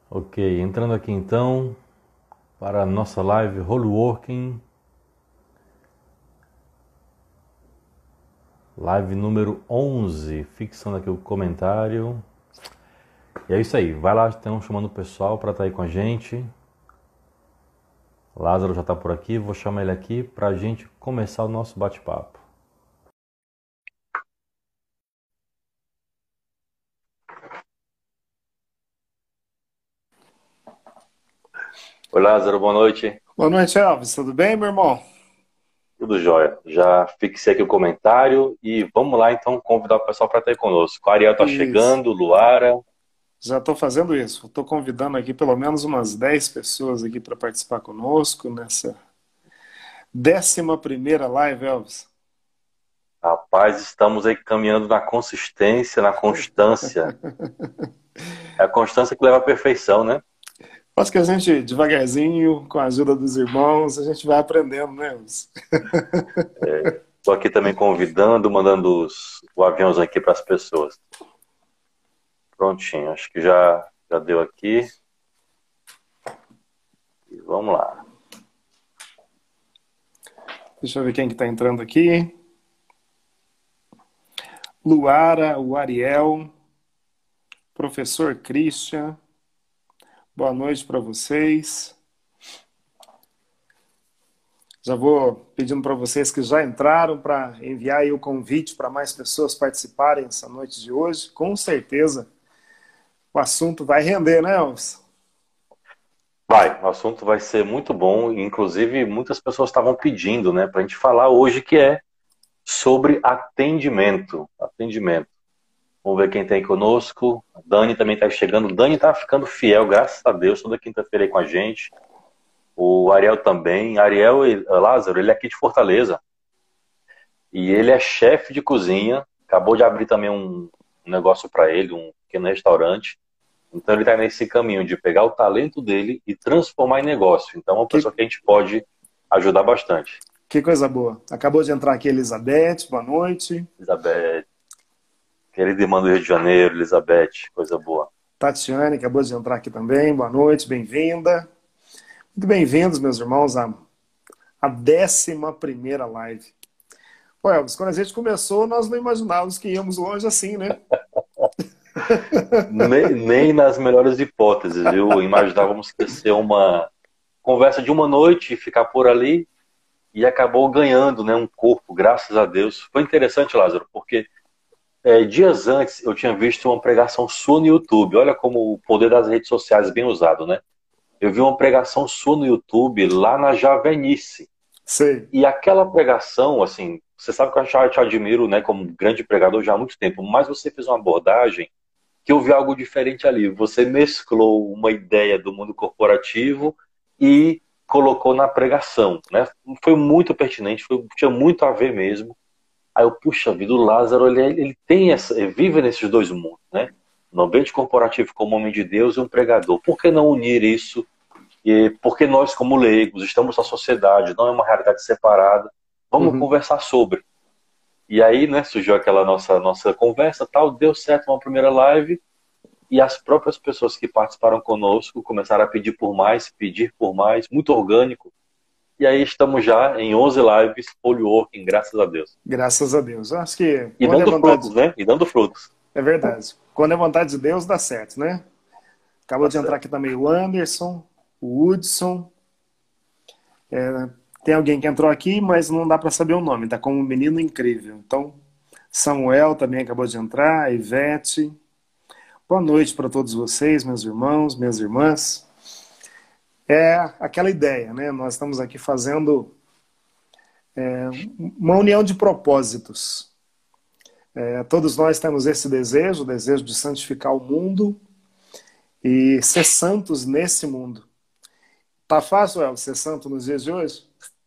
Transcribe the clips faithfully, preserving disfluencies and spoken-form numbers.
Ok, entrando aqui então para a nossa live Holy Working, live número onze, fixando aqui o comentário. E é isso aí, vai lá, estão chamando o pessoal para estar aí com a gente. Lázaro já está por aqui, vou chamar ele aqui para a gente começar o nosso bate-papo. Oi Lázaro, boa noite. Boa noite, Elvis. Tudo bem, meu irmão? Tudo jóia. Já fixei aqui o comentário e vamos lá então convidar o pessoal para estar aí conosco. O Ariel está Isso. chegando, Luara. Já estou fazendo isso. Estou convidando aqui pelo menos umas dez pessoas aqui para participar conosco nessa décima primeira live, Elvis. Rapaz, estamos aí caminhando na consistência, na constância. É a constância que leva à perfeição, né? Acho que a gente, devagarzinho, com a ajuda dos irmãos, a gente vai aprendendo, né, Elvis? Estou aqui também convidando, mandando os, o avião aqui para as pessoas. Prontinho, acho que já, já deu aqui. E vamos lá. Deixa eu ver quem que está entrando aqui. Luara, o Ariel, professor Christian. Boa noite para vocês. Já vou pedindo para vocês que já entraram para enviar aí o convite para mais pessoas participarem essa noite de hoje. Com certeza o assunto vai render, né, Elvis? Vai, o assunto vai ser muito bom. Inclusive, muitas pessoas estavam pedindo, né, para a gente falar hoje, que é sobre atendimento. Atendimento. Vamos ver quem tem conosco. A Dani também está chegando. Dani está ficando fiel, graças a Deus, toda quinta-feira aí com a gente. O Ariel também. Ariel e Lázaro, ele é aqui de Fortaleza. E ele é chefe de cozinha. Acabou de abrir também um negócio para ele, um pequeno restaurante. Então ele está nesse caminho de pegar o talento dele e transformar em negócio. Então é uma Que, pessoa que a gente pode ajudar bastante. que coisa boa. Acabou de entrar aqui a Elizabeth, boa noite. Elizabeth, querida irmã do Rio de Janeiro, Elizabeth, coisa boa. Tatiane acabou de entrar aqui também, boa noite, bem-vinda. Muito bem-vindos, meus irmãos, à, à décima primeira live. Pô, Elvis, quando a gente começou, nós não imaginávamos que íamos longe assim, né? Nem, nem nas melhores hipóteses, viu? Imaginávamos que ia ser uma conversa de uma noite e ficar por ali, e acabou ganhando, né, um corpo, graças a Deus. Foi interessante, Lázaro, porque é, dias antes eu tinha visto uma pregação sua no YouTube. Olha como o poder das redes sociais é bem usado, né? Eu vi uma pregação sua no YouTube lá na Javenice. Sei. E aquela pregação, assim, você sabe que eu já te admiro, né, como grande pregador já há muito tempo, mas você fez uma abordagem que eu vi algo diferente ali. Você mesclou uma ideia do mundo corporativo e colocou na pregação, né? Foi muito pertinente, foi, tinha muito a ver mesmo. Aí eu, puxa vida, o Lázaro, ele, ele tem essa, ele vive nesses dois mundos, né? No ambiente corporativo como homem de Deus e um pregador. Por que não unir isso? E porque nós, como leigos, estamos na sociedade, não é uma realidade separada. Vamos Uhum. conversar sobre. E aí, né, surgiu aquela nossa, nossa conversa, tal, deu certo uma primeira live, e as próprias pessoas que participaram conosco começaram a pedir por mais, pedir por mais, muito orgânico. E aí estamos já em onze lives, Holy Working, graças a Deus. Graças a Deus. Acho que E quando é dando vontade. frutos, né? E dando frutos. É verdade. Quando é vontade de Deus, dá certo, né? Acabou Tá de entrar certo. aqui também o Anderson, o Hudson. É, tem alguém que entrou aqui, mas não dá para saber o nome, tá como um menino incrível. Então, Samuel também acabou de entrar, a Ivete. Boa noite para todos vocês, meus irmãos, minhas irmãs. É aquela ideia, né? Nós estamos aqui fazendo é, uma união de propósitos. É, todos nós temos esse desejo, o desejo de santificar o mundo e ser santos nesse mundo. Tá fácil, El, ser santo nos dias de hoje?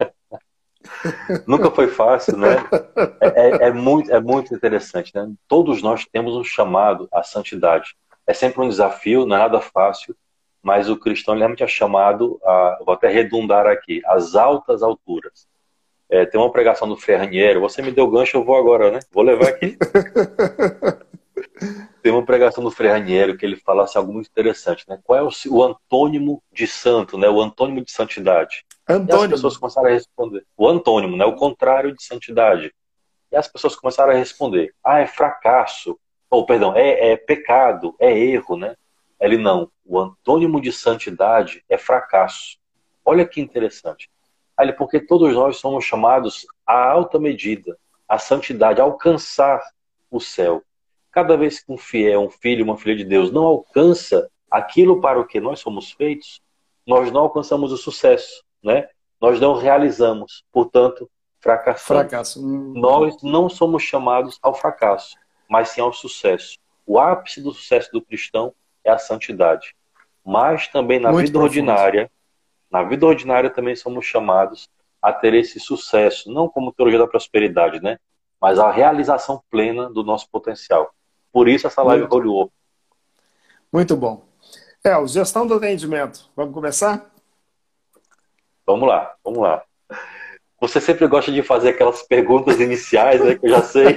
Nunca foi fácil, né? É, é, é muito, é muito interessante, né? Todos nós temos um chamado à santidade. É sempre um desafio, não é nada fácil, mas o cristão realmente é chamado a, vou até redundar aqui, às altas alturas. É, tem uma pregação do Frei Raniero, você me deu gancho, eu vou agora, né? Vou levar aqui. Tem uma pregação do Frei Raniero que ele fala assim, algo muito interessante, né? Qual é o, o antônimo de santo, né? O antônimo de santidade. E as pessoas Antônimo. começaram a responder. O antônimo, né? O contrário de santidade. E as pessoas começaram a responder. Ah, é fracasso. Ou, perdão, é, é pecado, é erro, né? Ele não. O antônimo de santidade é fracasso. Olha que interessante. Aí ele, porque todos nós somos chamados à alta medida, à santidade, a alcançar o céu. Cada vez que um fiel, um filho, uma filha de Deus não alcança aquilo para o que nós somos feitos, nós não alcançamos o sucesso, né? Nós não realizamos, portanto, fracassamos. Fracasso. Hum. Nós não somos chamados ao fracasso, mas sim ao sucesso. O ápice do sucesso do cristão é a santidade. Mas também na Muito vida profundo. ordinária, na vida ordinária também somos chamados a ter esse sucesso, não como teologia da prosperidade, né? Mas a realização plena do nosso potencial. Por isso essa live Muito, roleou. muito bom. É, o gestão do atendimento. Vamos começar? Vamos lá, vamos lá. Você sempre gosta de fazer aquelas perguntas iniciais, né, que eu já sei.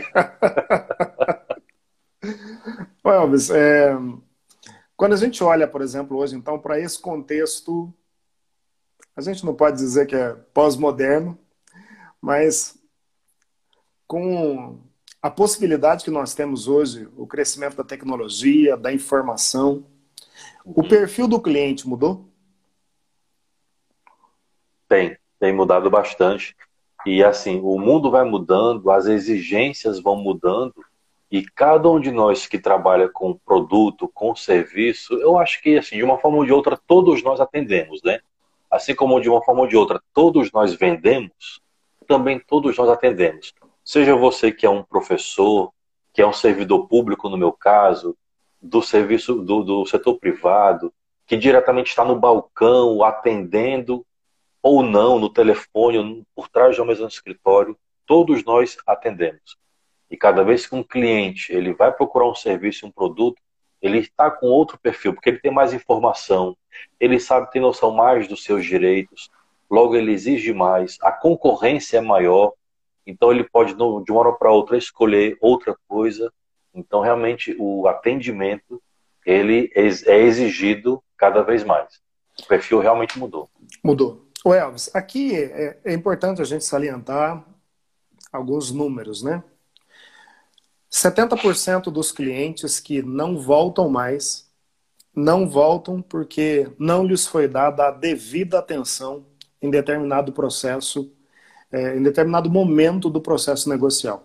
Ô, Elvis, é, quando a gente olha, por exemplo, hoje, então, para esse contexto, a gente não pode dizer que é pós-moderno, mas com a possibilidade que nós temos hoje, o crescimento da tecnologia, da informação, o perfil do cliente mudou? Tem, tem mudado bastante. E assim, o mundo vai mudando, as exigências vão mudando, e cada um de nós que trabalha com produto, com serviço, eu acho que assim, de uma forma ou de outra, todos nós atendemos, né? Assim como de uma forma ou de outra, todos nós vendemos, também todos nós atendemos. Seja você que é um professor, que é um servidor público, no meu caso, do serviço do, do setor privado, que diretamente está no balcão atendendo, ou não, no telefone, ou por trás de uma mesa no escritório, todos nós atendemos. E cada vez que um cliente ele vai procurar um serviço, um produto, ele está com outro perfil, porque ele tem mais informação, ele sabe, tem noção mais dos seus direitos, logo ele exige mais, a concorrência é maior, então ele pode, de uma hora para outra, escolher outra coisa. Então, realmente, o atendimento ele é exigido cada vez mais. O perfil realmente mudou. Mudou. O Elvis, aqui é, é importante a gente salientar alguns números, né? setenta por cento dos clientes que não voltam mais, não voltam porque não lhes foi dada a devida atenção em determinado processo, é, em determinado momento do processo negocial.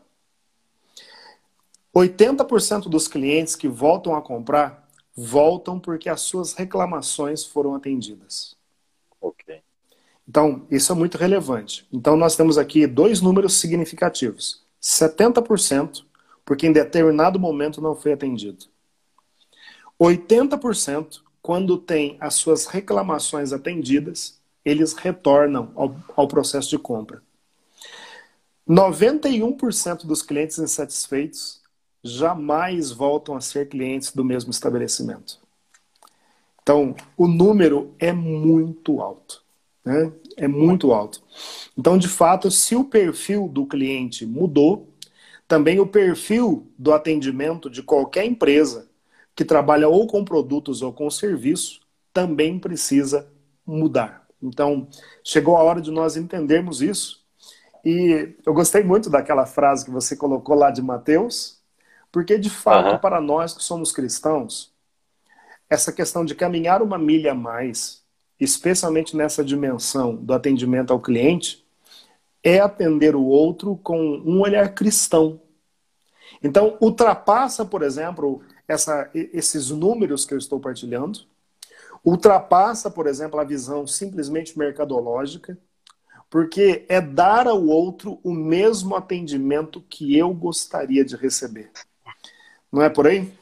oitenta por cento dos clientes que voltam a comprar, voltam porque as suas reclamações foram atendidas. Ok. Então, isso é muito relevante. Então, nós temos aqui dois números significativos. setenta por cento porque em determinado momento não foi atendido. oitenta por cento quando tem as suas reclamações atendidas, eles retornam ao, ao processo de compra. noventa e um por cento dos clientes insatisfeitos jamais voltam a ser clientes do mesmo estabelecimento. Então, o número é muito alto, né? É muito alto. Então, de fato, se o perfil do cliente mudou, também o perfil do atendimento de qualquer empresa que trabalha ou com produtos ou com serviço também precisa mudar. Então, chegou a hora de nós entendermos isso. E eu gostei muito daquela frase que você colocou lá de Mateus, porque, de fato, Uhum. para nós que somos cristãos, essa questão de caminhar uma milha a mais, especialmente nessa dimensão do atendimento ao cliente, é atender o outro com um olhar cristão. Então, ultrapassa, por exemplo, essa, esses números que eu estou partilhando, ultrapassa, por exemplo, a visão simplesmente mercadológica, porque é dar ao outro o mesmo atendimento que eu gostaria de receber. Não é por aí?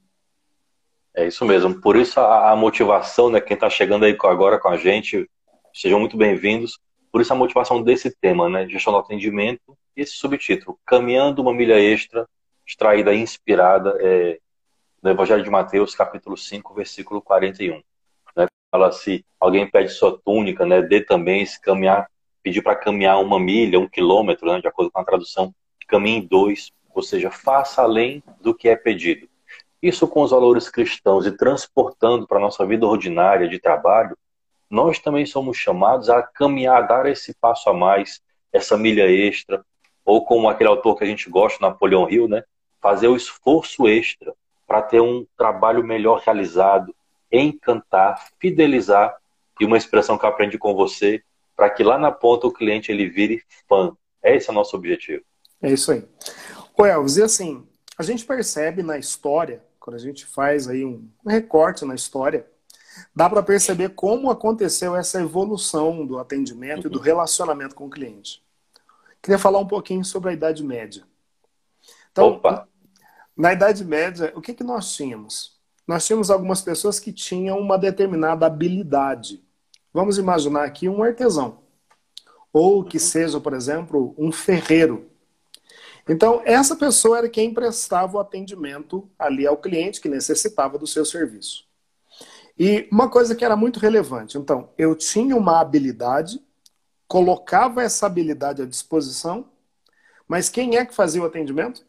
É isso mesmo. Por isso a, a motivação, né? Quem está chegando aí agora com a gente, sejam muito bem-vindos. Por isso a motivação desse tema, né? Gestão do atendimento, e esse subtítulo, Caminhando uma Milha Extra, extraída e inspirada é, no Evangelho de Mateus, capítulo cinco, versículo quarenta e um. Né? Fala assim, alguém pede sua túnica, né? Dê também, se caminhar, pedir para caminhar uma milha, um quilômetro, né? De acordo com a tradução, caminhe dois, ou seja, faça além do que é pedido. isso com os valores cristãos e transportando para a nossa vida ordinária de trabalho, nós também somos chamados a caminhar, a dar esse passo a mais, essa milha extra, ou como aquele autor que a gente gosta, Napoleão Hill, né? Fazer o esforço extra para ter um trabalho melhor realizado, encantar, fidelizar, e uma expressão que eu aprendi com você, para que lá na ponta o cliente ele vire fã. Esse é o nosso objetivo. É isso aí. Ô Elvis, e assim, a gente percebe na história, quando a gente faz aí um recorte na história, dá para perceber como aconteceu essa evolução do atendimento uhum. e do relacionamento com o cliente. Queria falar um pouquinho sobre a Idade Média. Então, Opa. na Idade Média, o que, que nós tínhamos? Nós tínhamos algumas pessoas que tinham uma determinada habilidade. Vamos imaginar aqui um artesão. Ou que seja, por exemplo, um ferreiro. Então, essa pessoa era quem prestava o atendimento ali ao cliente que necessitava do seu serviço. E uma coisa que era muito relevante. Então, eu tinha uma habilidade, colocava essa habilidade à disposição, mas quem é que fazia o atendimento?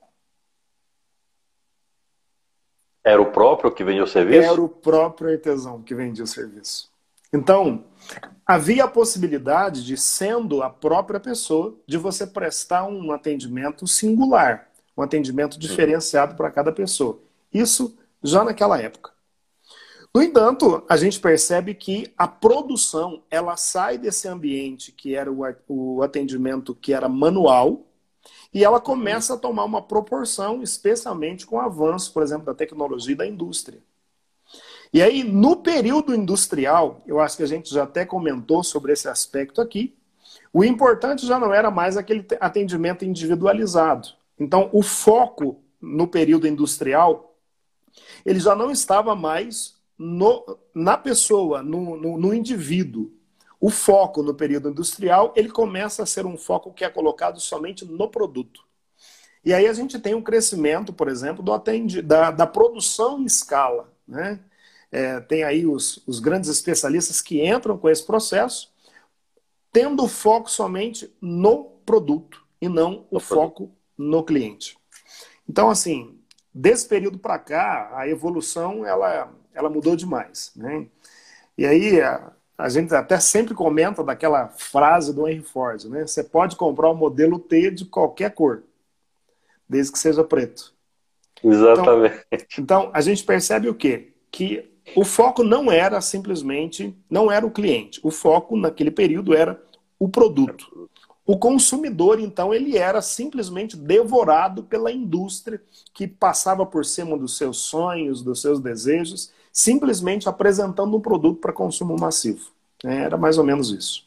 Era o próprio que vendia o serviço? Era o próprio artesão que vendia o serviço. Então, havia a possibilidade de, sendo a própria pessoa, de você prestar um atendimento singular, um atendimento diferenciado para cada pessoa. Isso já naquela época. No entanto, a gente percebe que a produção, ela sai desse ambiente que era o atendimento que era manual, e ela começa a tomar uma proporção, especialmente com o avanço, por exemplo, da tecnologia e da indústria. E aí, no período industrial, eu acho que a gente já até comentou sobre esse aspecto aqui, o importante já não era mais aquele atendimento individualizado. Então, o foco no período industrial, ele já não estava mais no, na pessoa, no, no, no indivíduo. O foco no período industrial, ele começa a ser um foco que é colocado somente no produto. E aí a gente tem um crescimento, por exemplo, do atendi, da, da produção em escala, né? É, tem aí os, os grandes especialistas que entram com esse processo, tendo foco somente no produto e não o foco no cliente. Então, assim, desse período para cá, a evolução ela, ela mudou demais, né? E aí a, a gente até sempre comenta daquela frase do Henry Ford, né? Você pode comprar o modelo T de qualquer cor, desde que seja preto. Exatamente. Então, então a gente percebe o quê? Que o foco não era simplesmente, não era o cliente. O foco naquele período era o produto. O consumidor, então, ele era simplesmente devorado pela indústria que passava por cima dos seus sonhos, dos seus desejos, simplesmente apresentando um produto para consumo massivo. Era mais ou menos isso.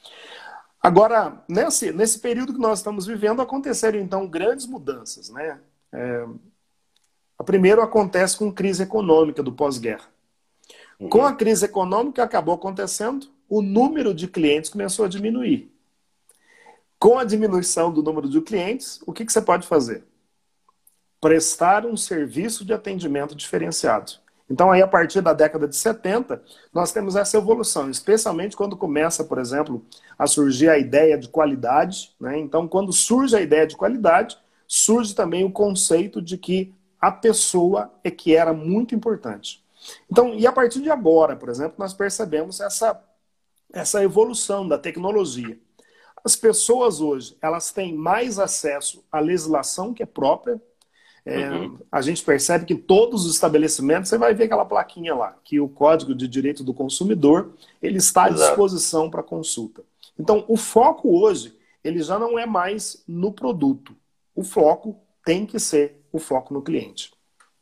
Agora, nesse, nesse período que nós estamos vivendo, aconteceram, então, grandes mudanças, né? É, a primeira acontece com a crise econômica do pós-guerra. Com a crise econômica acabou acontecendo, o número de clientes começou a diminuir. Com a diminuição do número de clientes, o que, que você pode fazer? Prestar um serviço de atendimento diferenciado. Então, aí, a partir da década de setenta, nós temos essa evolução, especialmente quando começa, por exemplo, a surgir a ideia de qualidade, né? Então, quando surge a ideia de qualidade, surge também o conceito de que a pessoa é que era muito importante. Então, e a partir de agora, por exemplo, nós percebemos essa, essa evolução da tecnologia. As pessoas hoje, elas têm mais acesso à legislação que é própria. É, uhum. A gente percebe que todos os estabelecimentos, você vai ver aquela plaquinha lá, que o Código de Direito do Consumidor, ele está à disposição para consulta. Então, o foco hoje, ele já não é mais no produto. O foco tem que ser o foco no cliente.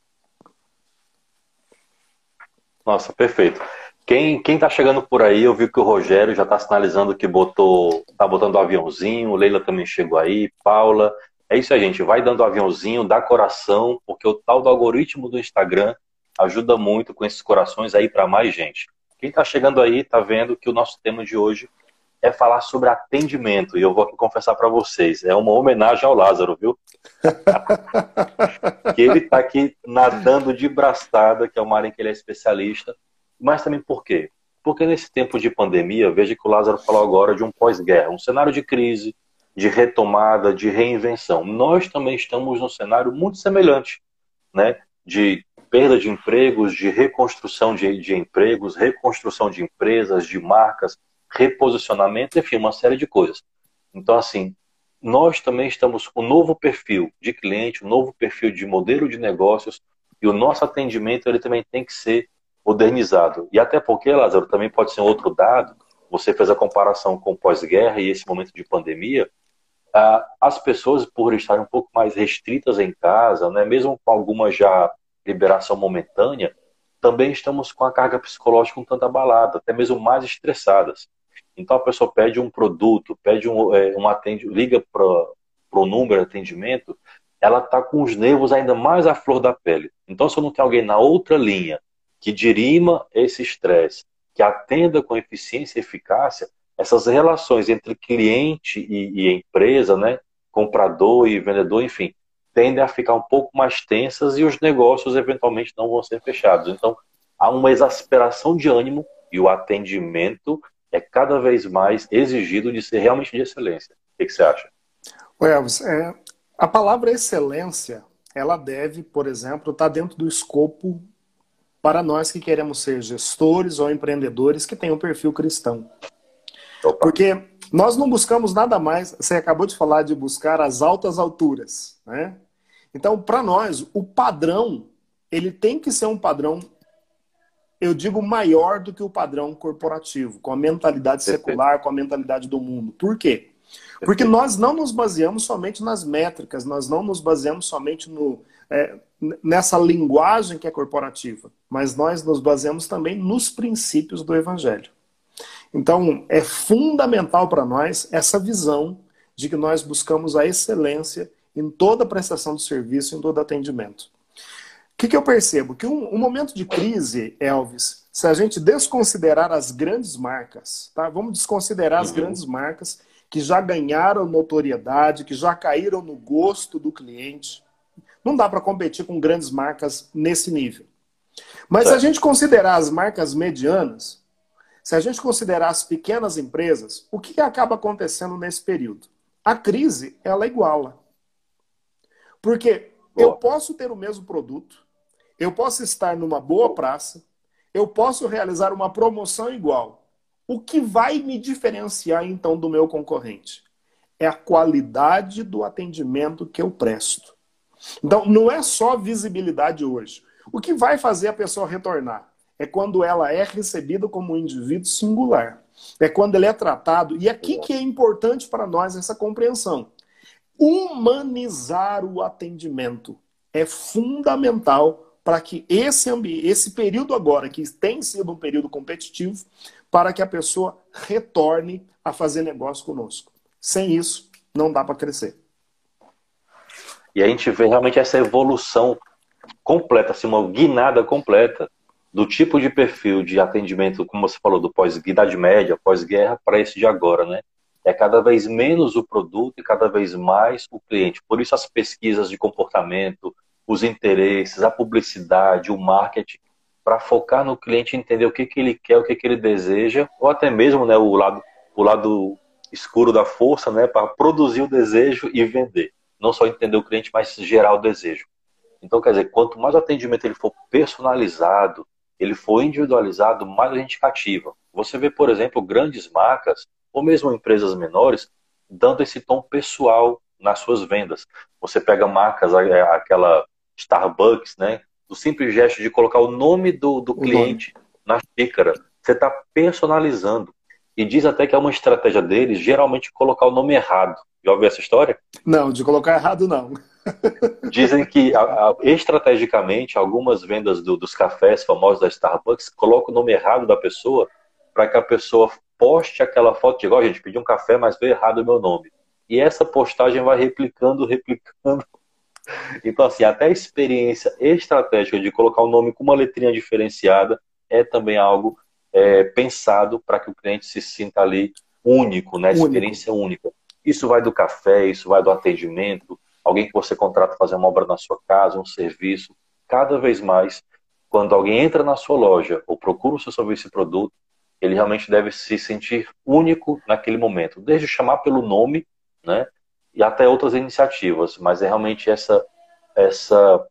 Nossa, perfeito. Quem, quem tá chegando por aí, eu vi que o Rogério já tá sinalizando que botou, tá botando o aviãozinho, Leila também chegou aí, Paula. É isso aí, gente. Vai dando o aviãozinho, dá coração, porque o tal do algoritmo do Instagram ajuda muito com esses corações aí para mais gente. Quem tá chegando aí tá vendo que o nosso tema de hoje é falar sobre atendimento. E eu vou aqui confessar para vocês, é uma homenagem ao Lázaro, viu? Que ele tá aqui nadando de braçada, que é uma área em que ele é especialista. Mas também por quê? Porque nesse tempo de pandemia, veja que o Lázaro falou agora de um pós-guerra, um cenário de crise, de retomada, de reinvenção. Nós também estamos num cenário muito semelhante, né? De perda de empregos, de reconstrução de, de empregos, reconstrução de empresas, de marcas, reposicionamento, enfim, uma série de coisas. Então, assim, nós também estamos com um novo perfil de cliente, um novo perfil de modelo de negócios, e o nosso atendimento ele também tem que ser modernizado. E até porque, Lázaro, também pode ser um outro dado, você fez a comparação com pós-guerra e esse momento de pandemia, ah, as pessoas, por estarem um pouco mais restritas em casa, né, mesmo com alguma já liberação momentânea, também estamos com a carga psicológica um tanto abalada, até mesmo mais estressadas. Então a pessoa pede um produto, pede um, é, um atendimento, liga para o número de atendimento, ela está com os nervos ainda mais à flor da pele. Então se eu não tenho alguém na outra linha que dirima esse estresse, que atenda com eficiência e eficácia, essas relações entre cliente e, e empresa, né, comprador e vendedor, enfim, tendem a ficar um pouco mais tensas e os negócios eventualmente não vão ser fechados. Então, há uma exasperação de ânimo e o atendimento é cada vez mais exigido de ser realmente de excelência. O que, que você acha? O Elvis, é, a palavra excelência, ela deve, por exemplo, estar dentro do escopo para nós que queremos ser gestores ou empreendedores que têm um perfil cristão. Opa. Porque nós não buscamos nada mais, você acabou de falar de buscar as altas alturas, né? Então, para nós, o padrão, ele tem que ser um padrão, eu digo, maior do que o padrão corporativo, com a mentalidade secular, com a mentalidade do mundo. Por quê? Porque nós não nos baseamos somente nas métricas, nós não nos baseamos somente no, é, nessa linguagem que é corporativa, mas nós nos baseamos também nos princípios do Evangelho. Então, é fundamental para nós essa visão de que nós buscamos a excelência em toda a prestação de serviço, em todo atendimento. O que, que eu percebo? Que um, um momento de crise, Elvis, se a gente desconsiderar as grandes marcas, tá? Vamos desconsiderar as Uhum. grandes marcas que já ganharam notoriedade, que já caíram no gosto do cliente. Não dá para competir com grandes marcas nesse nível. Mas Certo. se a gente considerar as marcas medianas, se a gente considerar as pequenas empresas, o que acaba acontecendo nesse período? A crise, ela iguala. Porque eu posso ter o mesmo produto, eu posso estar numa boa praça, eu posso realizar uma promoção igual. O que vai me diferenciar, então, do meu concorrente? É a qualidade do atendimento que eu presto. Então, não é só visibilidade hoje. O que vai fazer a pessoa retornar? É quando ela é recebida como um indivíduo singular. É quando ele é tratado. E aqui que é importante para nós essa compreensão. Humanizar o atendimento é fundamental para que esse, ambiente, esse período agora, que tem sido um período competitivo, para que a pessoa retorne a fazer negócio conosco. Sem isso, não dá para crescer. E a gente vê realmente essa evolução completa, assim, uma guinada completa do tipo de perfil de atendimento, como você falou, do pós-Idade Média, pós-guerra, para esse de agora, né? É cada vez menos o produto e cada vez mais o cliente. Por isso as pesquisas de comportamento, os interesses, a publicidade, o marketing, para focar no cliente, entender o que, que ele quer, o que, que ele deseja, ou até mesmo, né, o lado, o lado escuro da força, né, para produzir o desejo e vender. Não só entender o cliente, mas gerar o desejo. Então, quer dizer, quanto mais o atendimento ele for personalizado, ele for individualizado, mais a gente cativa. Você vê, por exemplo, grandes marcas, ou mesmo empresas menores, dando esse tom pessoal nas suas vendas. Você pega marcas, aquela Starbucks, né? Do simples gesto de colocar o nome do, do cliente na xícara. Você está personalizando. E diz até que é uma estratégia deles, geralmente, colocar o nome errado. Já ouviu essa história? Não, de colocar errado não. Dizem que, a, a, estrategicamente, algumas vendas do, dos cafés famosos da Starbucks colocam o nome errado da pessoa para que a pessoa poste aquela foto de igual, gente, pedi um café, mas veio errado o meu nome. E essa postagem vai replicando, replicando. Então, assim, até a experiência estratégica de colocar um nome com uma letrinha diferenciada é também algo é, pensado para que o cliente se sinta ali único, né? Experiência único. única. Isso vai do café, isso vai do atendimento, alguém que você contrata fazer uma obra na sua casa, um serviço. Cada vez mais, quando alguém entra na sua loja ou procura o seu serviço e produto, ele realmente deve se sentir único naquele momento. Desde chamar pelo nome, né? E até outras iniciativas. Mas é realmente essa, essa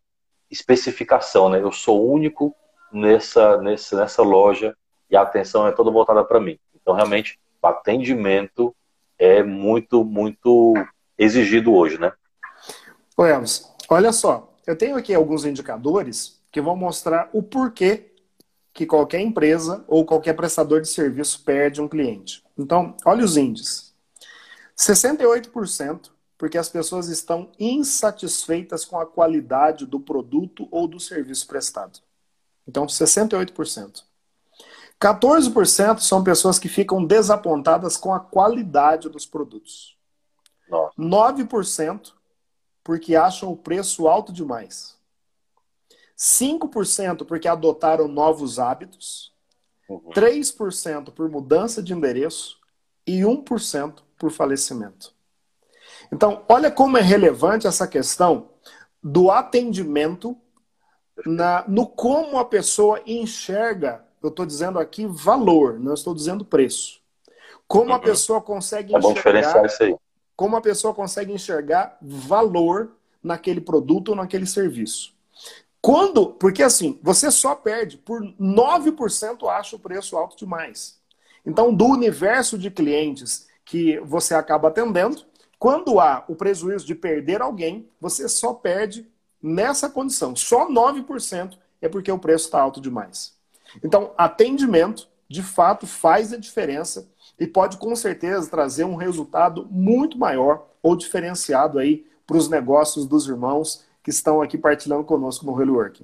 especificação, né? Eu sou único nessa, nessa, nessa loja e a atenção é toda voltada para mim. Então, realmente, o atendimento é muito, muito exigido hoje, né? Ô Elvis, olha só, eu tenho aqui alguns indicadores que vão mostrar o porquê que qualquer empresa ou qualquer prestador de serviço perde um cliente. Então, olha os índices. sessenta e oito por cento porque as pessoas estão insatisfeitas com a qualidade do produto ou do serviço prestado. Então, sessenta e oito por cento. quatorze por cento são pessoas que ficam desapontadas com a qualidade dos produtos. Nossa. nove por cento porque acham o preço alto demais. cinco por cento porque adotaram novos hábitos. Uhum. três por cento por mudança de endereço e um por cento por falecimento. Então, olha como é relevante essa questão do atendimento na, no como a pessoa enxerga, eu estou dizendo aqui valor, não estou dizendo preço. Como a pessoa consegue É bom diferenciar enxergar, isso aí. como a pessoa consegue enxergar valor naquele produto ou naquele serviço. Quando, porque assim, você só perde por nove por cento acha o preço alto demais. Então, do universo de clientes que você acaba atendendo, quando há o prejuízo de perder alguém, você só perde nessa condição. Só nove por cento é porque o preço está alto demais. Então, atendimento, de fato, faz a diferença e pode, com certeza, trazer um resultado muito maior ou diferenciado aí para os negócios dos irmãos que estão aqui partilhando conosco no Holy Working.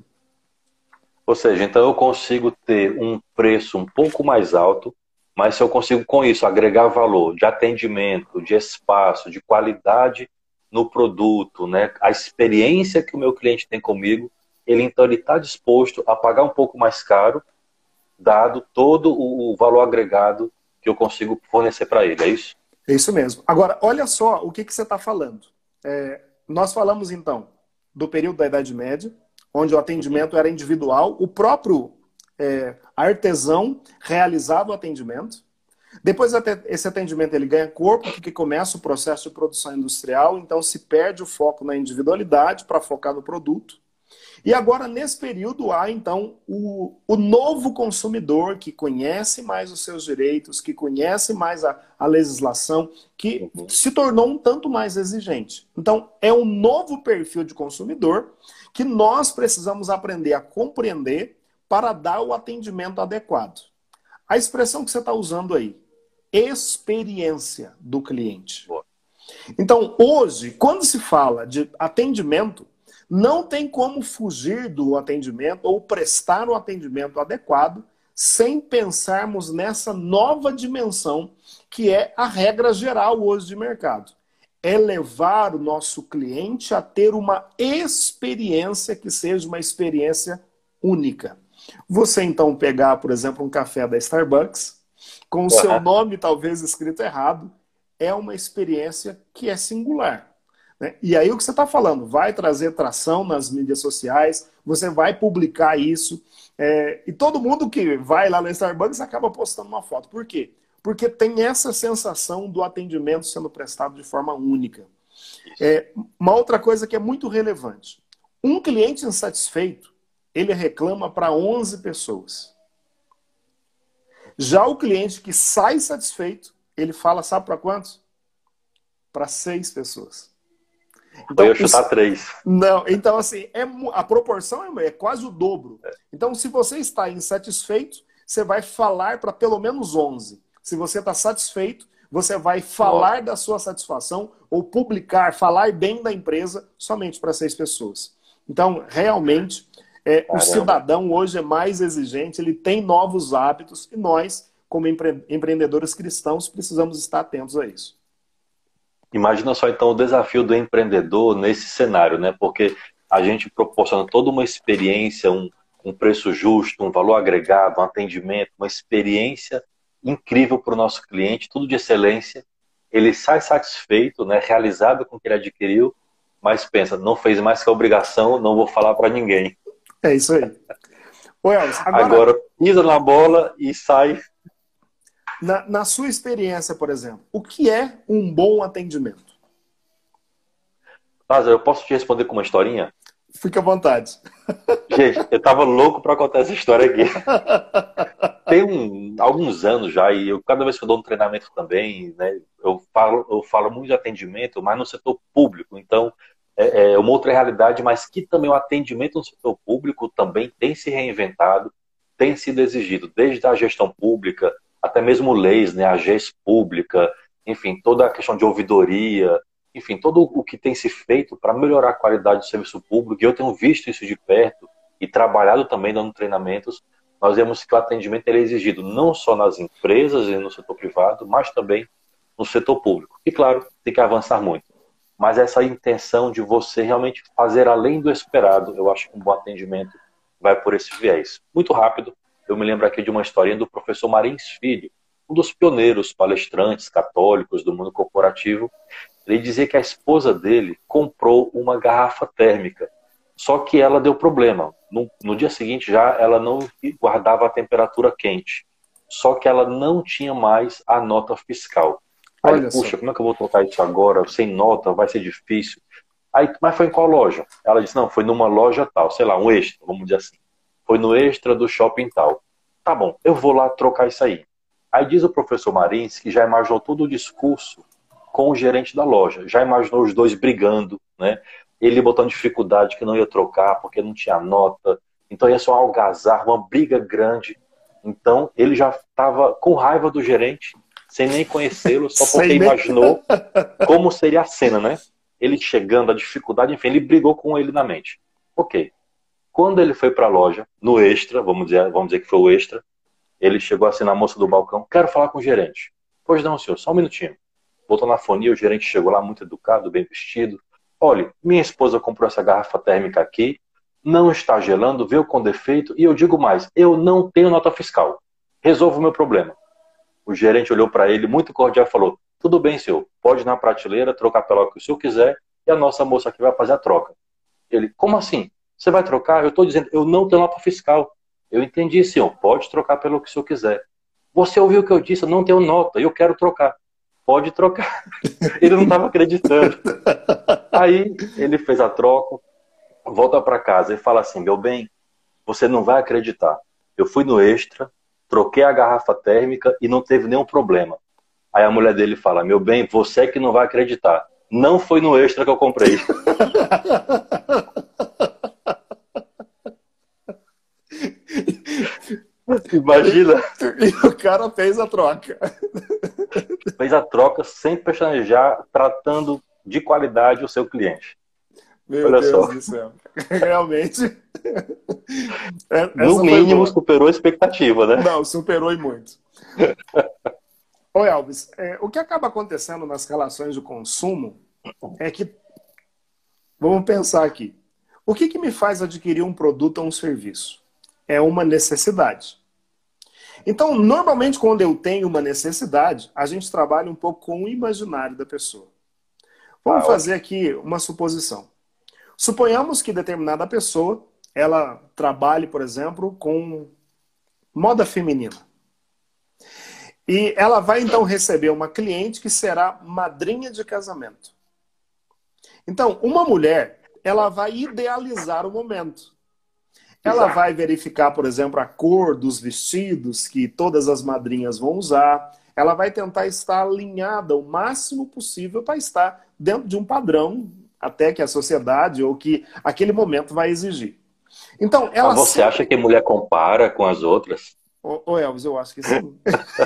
Ou seja, então eu consigo ter um preço um pouco mais alto, mas se eu consigo, com isso, agregar valor de atendimento, de espaço, de qualidade no produto, né? A experiência que o meu cliente tem comigo, ele então ele está disposto a pagar um pouco mais caro, dado todo o valor agregado que eu consigo fornecer para ele, é isso? É isso mesmo. Agora, olha só o que, que você está falando. É, nós falamos, então, do período da Idade Média, onde o atendimento era individual, o próprio é, artesão realizava o atendimento. Depois esse atendimento ele ganha corpo, porque começa o processo de produção industrial, então se perde o foco na individualidade para focar no produto. E agora, nesse período, há então o, o novo consumidor que conhece mais os seus direitos, que conhece mais a, a legislação, que uhum. se tornou um tanto mais exigente. Então, é um novo perfil de consumidor que nós precisamos aprender a compreender para dar o atendimento adequado. A expressão que você está usando aí, experiência do cliente. Então, hoje, quando se fala de atendimento, não tem como fugir do atendimento ou prestar um atendimento adequado sem pensarmos nessa nova dimensão que é a regra geral hoje de mercado. É levar o nosso cliente a ter uma experiência que seja uma experiência única. Você então pegar, por exemplo, um café da Starbucks, com o seu nome talvez escrito errado, é uma experiência que é singular. Né? E aí o que você está falando, vai trazer tração nas mídias sociais, você vai publicar isso, é, e todo mundo que vai lá na Starbucks acaba postando uma foto. Por quê? Porque tem essa sensação do atendimento sendo prestado de forma única. É, uma outra coisa que é muito relevante. Um cliente insatisfeito, ele reclama para onze pessoas. Já o cliente que sai satisfeito, ele fala, sabe para quantos? Para seis pessoas. Então, eu ia chutar três. Não, então assim, é, a proporção é, é quase o dobro. É. Então, se você está insatisfeito, você vai falar para pelo menos onze. Se você está satisfeito, você vai falar Nossa. da sua satisfação ou publicar, falar bem da empresa somente para seis pessoas. Então, realmente, é, o cidadão hoje é mais exigente, ele tem novos hábitos e nós, como empre empreendedores cristãos, precisamos estar atentos a isso. Imagina só, então, o desafio do empreendedor nesse cenário, né? Porque a gente proporciona toda uma experiência, um, um preço justo, um valor agregado, um atendimento, uma experiência incrível para o nosso cliente, tudo de excelência. Ele sai satisfeito, né? Realizado com o que ele adquiriu, mas pensa, não fez mais que a obrigação, não vou falar para ninguém. É isso aí. Ô, Elvis, agora... agora pisa na bola e sai... Na, na sua experiência, por exemplo, o que é um bom atendimento? Lázaro, eu posso te responder com uma historinha? Fica à vontade. Gente, eu tava louco para contar essa história aqui. Tem um, alguns anos já, e eu, cada vez que eu dou um treinamento também, né, eu falo, eu falo muito de atendimento, mas no setor público. Então, é, é uma outra realidade, mas que também o atendimento no setor público também tem se reinventado, tem sido exigido, desde a gestão pública, até mesmo leis, né, a GES pública, enfim, toda a questão de ouvidoria, enfim, todo o que tem se feito para melhorar a qualidade do serviço público, e eu tenho visto isso de perto e trabalhado também dando treinamentos. Nós vemos que o atendimento ele é exigido não só nas empresas e no setor privado, mas também no setor público. E claro, tem que avançar muito. Mas essa intenção de você realmente fazer além do esperado, eu acho que um bom atendimento vai por esse viés. Muito rápido, eu me lembro aqui de uma historinha do professor Marins Filho, um dos pioneiros palestrantes católicos do mundo corporativo. Ele dizia que a esposa dele comprou uma garrafa térmica, só que ela deu problema. No, no dia seguinte já ela não guardava a temperatura quente, só que ela não tinha mais a nota fiscal. Aí, Olha puxa, só. como é que eu vou trocar isso agora? Sem nota, vai ser difícil. Aí, mas foi em qual loja? Ela disse, não, foi numa loja tal, sei lá, um extra, vamos dizer assim. Foi no extra do shopping tal. Tá bom, eu vou lá trocar isso aí. Aí diz o professor Marins que já imaginou todo o discurso com o gerente da loja. Já imaginou os dois brigando, né? Ele botando dificuldade que não ia trocar porque não tinha nota. Então ia ser uma algazarra, uma briga grande. Então ele já estava com raiva do gerente, sem nem conhecê-lo, só porque Sem nem... imaginou como seria a cena, né? Ele chegando, a dificuldade, enfim, ele brigou com ele na mente. Ok. Quando ele foi para a loja, no extra, vamos dizer, vamos dizer que foi o extra, ele chegou assim na moça do balcão, quero falar com o gerente. Pois não, senhor, só um minutinho. Botou na fonia, o gerente chegou lá muito educado, bem vestido. Olha, minha esposa comprou essa garrafa térmica aqui, não está gelando, veio com defeito, e eu digo mais, eu não tenho nota fiscal. Resolva o meu problema. O gerente olhou para ele muito cordial e falou, tudo bem, senhor, pode ir na prateleira, trocar pela que o senhor quiser, e a nossa moça aqui vai fazer a troca. Ele, como assim? Você vai trocar? Eu estou dizendo, eu não tenho nota fiscal. Eu entendi, senhor, pode trocar pelo que o senhor quiser. Você ouviu o que eu disse, eu não tenho nota, eu quero trocar. Pode trocar. Ele não estava acreditando. Aí ele fez a troca, volta para casa e fala assim, meu bem, você não vai acreditar. Eu fui no extra, troquei a garrafa térmica e não teve nenhum problema. Aí a mulher dele fala, meu bem, você é que não vai acreditar. Não foi no extra que eu comprei. Imagina. E o cara fez a troca. Fez a troca sem pestanejar, tratando de qualidade o seu cliente. Meu Olha Deus só. do céu. Realmente. Essa No foi mínimo boa. superou a expectativa, né? Não, superou e muito. Ô Elvis, é, o que acaba acontecendo nas relações de consumo é que, vamos pensar aqui, o que que me faz adquirir um produto ou um serviço? É uma necessidade. Então, normalmente, quando eu tenho uma necessidade, a gente trabalha um pouco com o imaginário da pessoa. Vamos Ah, fazer ótimo. aqui uma suposição. Suponhamos que determinada pessoa, ela trabalhe, por exemplo, com moda feminina. E ela vai, então, receber uma cliente que será madrinha de casamento. Então, uma mulher, ela vai idealizar o momento. Ela Exato. vai verificar, por exemplo, a cor dos vestidos que todas as madrinhas vão usar. Ela vai tentar estar alinhada o máximo possível para estar dentro de um padrão até que a sociedade ou que aquele momento vai exigir. Então, Mas ela você acha sempre... que a mulher compara com as outras? Ô, ô Elvis, eu acho que sim.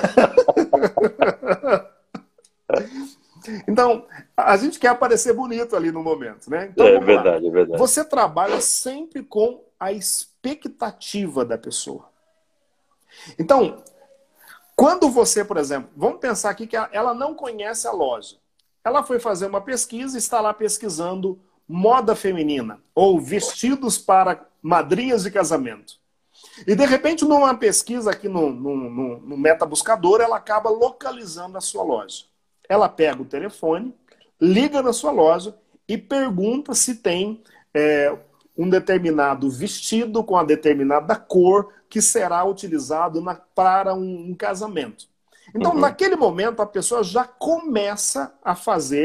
Então, a gente quer aparecer bonito ali no momento, né? Então, É vamos lá. verdade, é verdade. Você trabalha sempre com a expectativa da pessoa. Então, quando você, por exemplo, vamos pensar aqui que ela não conhece a loja. Ela foi fazer uma pesquisa e está lá pesquisando moda feminina ou vestidos para madrinhas de casamento. E, de repente, numa pesquisa aqui no, no, no, no metabuscador, ela acaba localizando a sua loja. Ela pega o telefone, liga na sua loja e pergunta se tem é, um determinado vestido com a determinada cor que será utilizado na, para um, um casamento. Então, Uhum. naquele momento, a pessoa já começa a fazer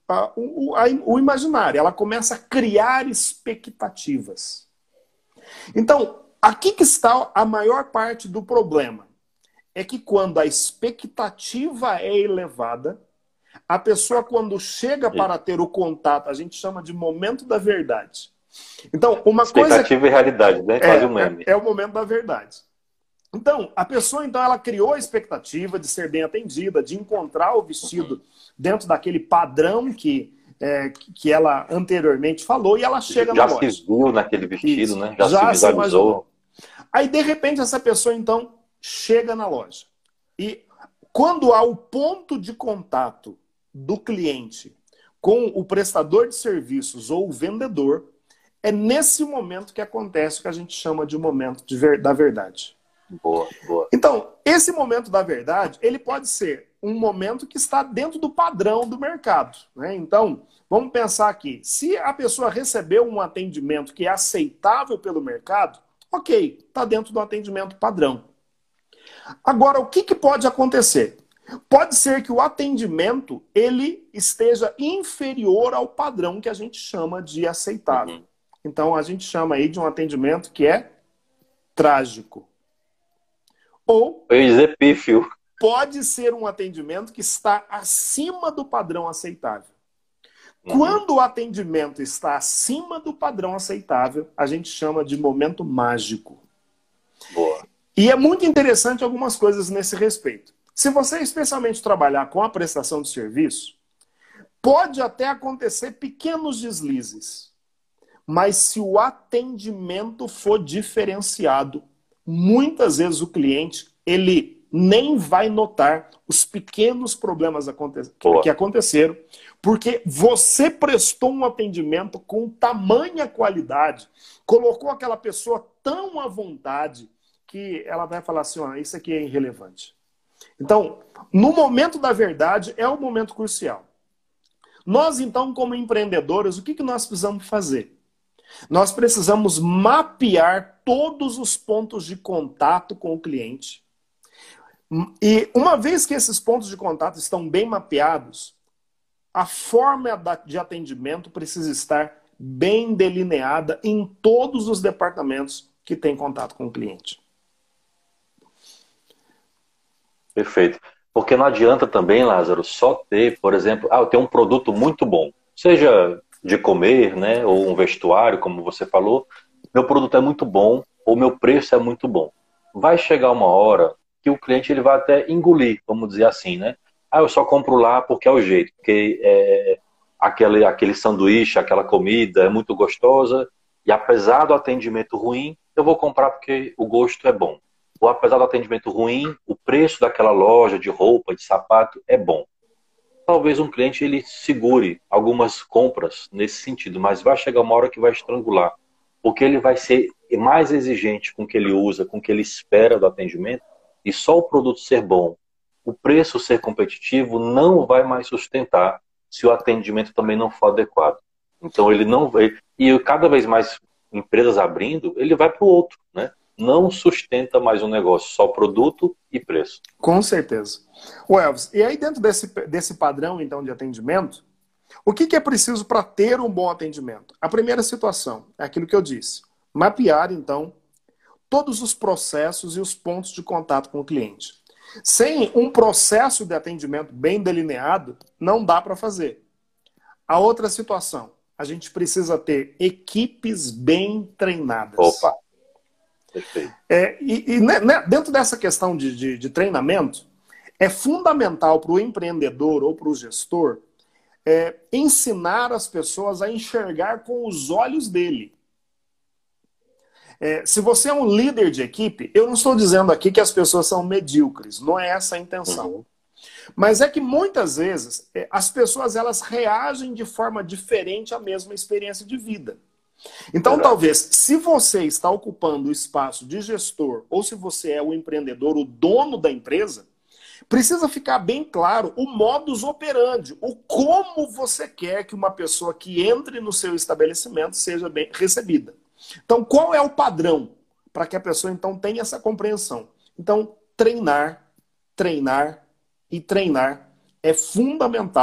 a, o, a, o imaginário, ela começa a criar expectativas. Então, aqui que está a maior parte do problema. É que quando a expectativa é elevada, a pessoa quando chega para ter o contato, a gente chama de momento da verdade. Então, uma expectativa coisa... e realidade, né? É, Quase um meme. é, é o momento da verdade. Então, a pessoa, então, ela criou a expectativa de ser bem atendida, de encontrar o vestido dentro daquele padrão que, é, que ela anteriormente falou, e ela chega Já na loja. Já se viu naquele vestido, Isso. né? Já, Já se visualizou. Se Aí, de repente, essa pessoa, então, chega na loja. E quando há o ponto de contato do cliente com o prestador de serviços ou o vendedor, é nesse momento que acontece o que a gente chama de momento de ver, da verdade. Boa, boa. Então, esse momento da verdade, ele pode ser um momento que está dentro do padrão do mercado, né? Então, vamos pensar aqui. Se a pessoa recebeu um atendimento que é aceitável pelo mercado, ok, está dentro do atendimento padrão. Agora, o que, que pode acontecer? Pode ser que o atendimento ele esteja inferior ao padrão que a gente chama de aceitável. Uhum. Então, a gente chama aí de um atendimento que é trágico. Ou eu ia dizer pífio. Pode ser um atendimento que está acima do padrão aceitável. Uhum. Quando o atendimento está acima do padrão aceitável, a gente chama de momento mágico. Boa. E é muito interessante algumas coisas nesse respeito. Se você especialmente trabalhar com a prestação de serviço, pode até acontecer pequenos deslizes. Mas se o atendimento for diferenciado, muitas vezes o cliente ele nem vai notar os pequenos problemas aconte que aconteceram, porque você prestou um atendimento com tamanha qualidade, colocou aquela pessoa tão à vontade, que ela vai falar assim, ó, isso aqui é irrelevante. Então, no momento da verdade, é o momento crucial. Nós, então, como empreendedores, o que, que nós precisamos fazer? Nós precisamos mapear todos os pontos de contato com o cliente. E uma vez que esses pontos de contato estão bem mapeados, a forma de atendimento precisa estar bem delineada em todos os departamentos que têm contato com o cliente. Perfeito. Porque não adianta também, Lázaro, só ter, por exemplo, ah, eu tenho um produto muito bom, seja de comer, né, ou um vestuário, como você falou, meu produto é muito bom, ou meu preço é muito bom. Vai chegar uma hora que o cliente ele vai até engolir, vamos dizer assim, né? Ah, eu só compro lá porque é o jeito, porque é, aquele, aquele sanduíche, aquela comida é muito gostosa, e apesar do atendimento ruim, eu vou comprar porque o gosto é bom. Ou apesar do atendimento ruim, o preço daquela loja de roupa, de sapato é bom. Talvez um cliente ele segure algumas compras nesse sentido, mas vai chegar uma hora que vai estrangular, porque ele vai ser mais exigente com o que ele usa, com o que ele espera do atendimento, e só o produto ser bom, o preço ser competitivo não vai mais sustentar se o atendimento também não for adequado. Então ele não vai, e cada vez mais empresas abrindo, ele vai para o outro, né? Não sustenta mais um negócio, só produto e preço. Com certeza. O Elvis, e aí dentro desse, desse padrão então de atendimento, o que, que é preciso para ter um bom atendimento? A primeira situação é aquilo que eu disse. Mapear então todos os processos e os pontos de contato com o cliente. Sem um processo de atendimento bem delineado, não dá para fazer. A outra situação, a gente precisa ter equipes bem treinadas. Opa! Perfeito. É, e e né, dentro dessa questão de, de, de treinamento, é fundamental para o empreendedor ou para o gestor é, ensinar as pessoas a enxergar com os olhos dele. É, se você é um líder de equipe, eu não estou dizendo aqui que as pessoas são medíocres, não é essa a intenção. Uhum. Mas é que muitas vezes é, as pessoas elas reagem de forma diferente à mesma experiência de vida. Então, Verdade. Talvez, se você está ocupando o espaço de gestor, ou se você é o empreendedor, o dono da empresa, precisa ficar bem claro o modus operandi, o como você quer que uma pessoa que entre no seu estabelecimento seja bem recebida. Então, qual é o padrão para que a pessoa, então, tenha essa compreensão? Então, treinar, treinar e treinar é fundamental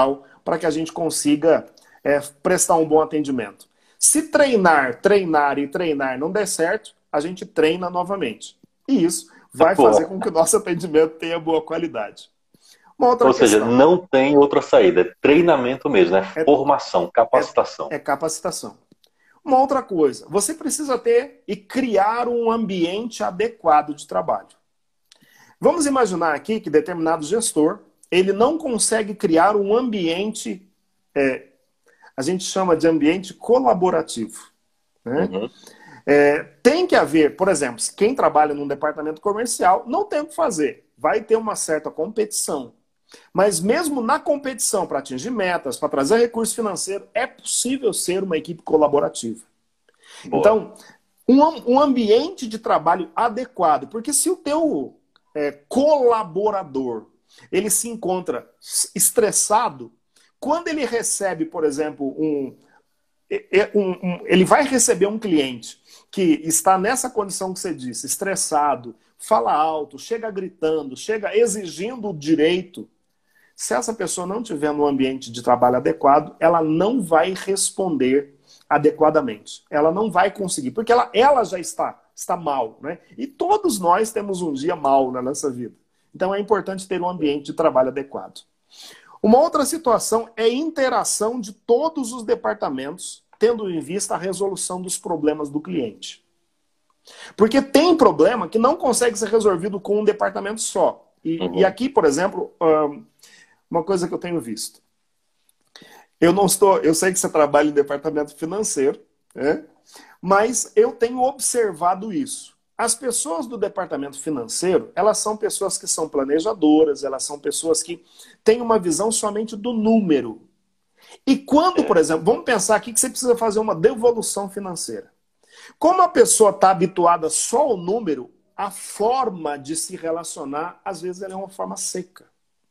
para que a gente consiga é, prestar um bom atendimento. Se treinar, treinar e treinar não der certo, a gente treina novamente. E isso vai fazer com que o nosso atendimento tenha boa qualidade. Uma outra Ou questão. seja, não tem outra saída, é treinamento mesmo, é, é formação, capacitação. É, é capacitação. Uma outra coisa, você precisa ter e criar um ambiente adequado de trabalho. Vamos imaginar aqui que determinado gestor, ele não consegue criar um ambiente, é, a gente chama de ambiente colaborativo. Né? Uhum. É, tem que haver, por exemplo, quem trabalha num departamento comercial não tem o que fazer, vai ter uma certa competição. Mas mesmo na competição para atingir metas, para trazer recurso financeiro, é possível ser uma equipe colaborativa. Boa. Então, um, um ambiente de trabalho adequado, porque se o teu é, colaborador ele se encontra estressado, quando ele recebe, por exemplo, um, um, um ele vai receber um cliente que está nessa condição que você disse, estressado, fala alto, chega gritando, chega exigindo o direito. Se essa pessoa não tiver no ambiente de trabalho adequado, ela não vai responder adequadamente. Ela não vai conseguir, porque ela, ela já está, está mal, né? E todos nós temos um dia mal na nossa vida. Então é importante ter um ambiente de trabalho adequado. Uma outra situação é a interação de todos os departamentos, tendo em vista a resolução dos problemas do cliente. Porque tem problema que não consegue ser resolvido com um departamento só. E, uhum. e aqui, por exemplo, uma coisa que eu tenho visto. Eu não estou, eu sei que você trabalha em departamento financeiro, né? Mas eu tenho observado isso. As pessoas do departamento financeiro, elas são pessoas que são planejadoras, elas são pessoas que têm uma visão somente do número. E quando, por exemplo, vamos pensar aqui que você precisa fazer uma devolução financeira. Como a pessoa está habituada só ao número, a forma de se relacionar, às vezes, ela é uma forma seca.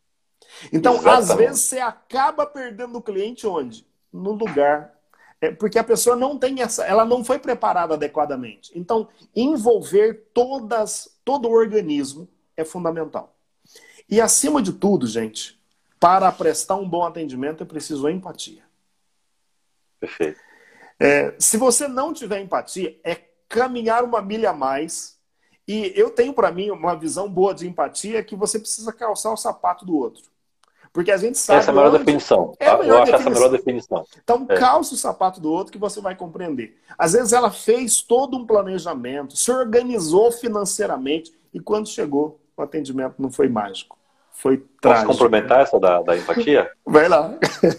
Então, Exatamente. Às vezes, você acaba perdendo o cliente onde? No lugar. É porque a pessoa não tem essa, ela não foi preparada adequadamente. Então, envolver todas, todo o organismo é fundamental. E, acima de tudo, gente, para prestar um bom atendimento, é preciso empatia. Perfeito. É, se você não tiver empatia, é caminhar uma milha a mais. E eu tenho para mim uma visão boa de empatia que você precisa calçar o sapato do outro. Porque a gente sabe... Essa é a melhor onde... definição. É a melhor Eu acho definição. essa a melhor definição. Então é. calça o sapato do outro que você vai compreender. Às vezes ela fez todo um planejamento, se organizou financeiramente e quando chegou, o atendimento não foi mágico. Foi trágico. Posso complementar essa da, da empatia? Vai lá.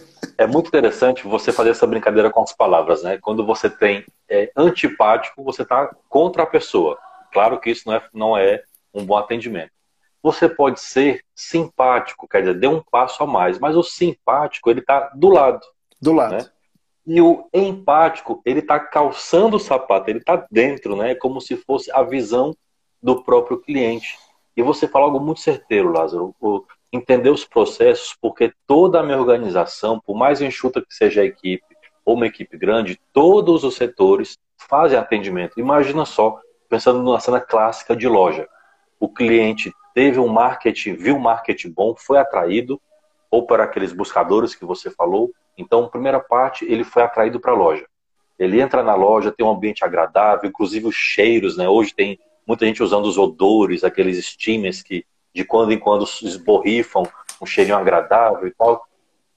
É muito interessante você fazer essa brincadeira com as palavras, né? Quando você tem é, antipático, você está contra a pessoa. Claro que isso não é, não é um bom atendimento. Você pode ser simpático, quer dizer, dê um passo a mais, mas o simpático, ele está do lado. Do lado. Né? E o empático, ele está calçando o sapato, ele está dentro, né? Como se fosse a visão do próprio cliente. E você fala algo muito certeiro, Lázaro, o, entender os processos, porque toda a minha organização, por mais enxuta que seja a equipe, ou uma equipe grande, todos os setores fazem atendimento. Imagina só, pensando numa cena clássica de loja. O cliente teve um marketing, viu um marketing bom, foi atraído, ou para aqueles buscadores que você falou. Então, primeira parte, ele foi atraído para a loja. Ele entra na loja, tem um ambiente agradável, inclusive os cheiros, né? Hoje tem muita gente usando os odores, aqueles steamers que de quando em quando esborrifam, um cheirinho agradável e tal.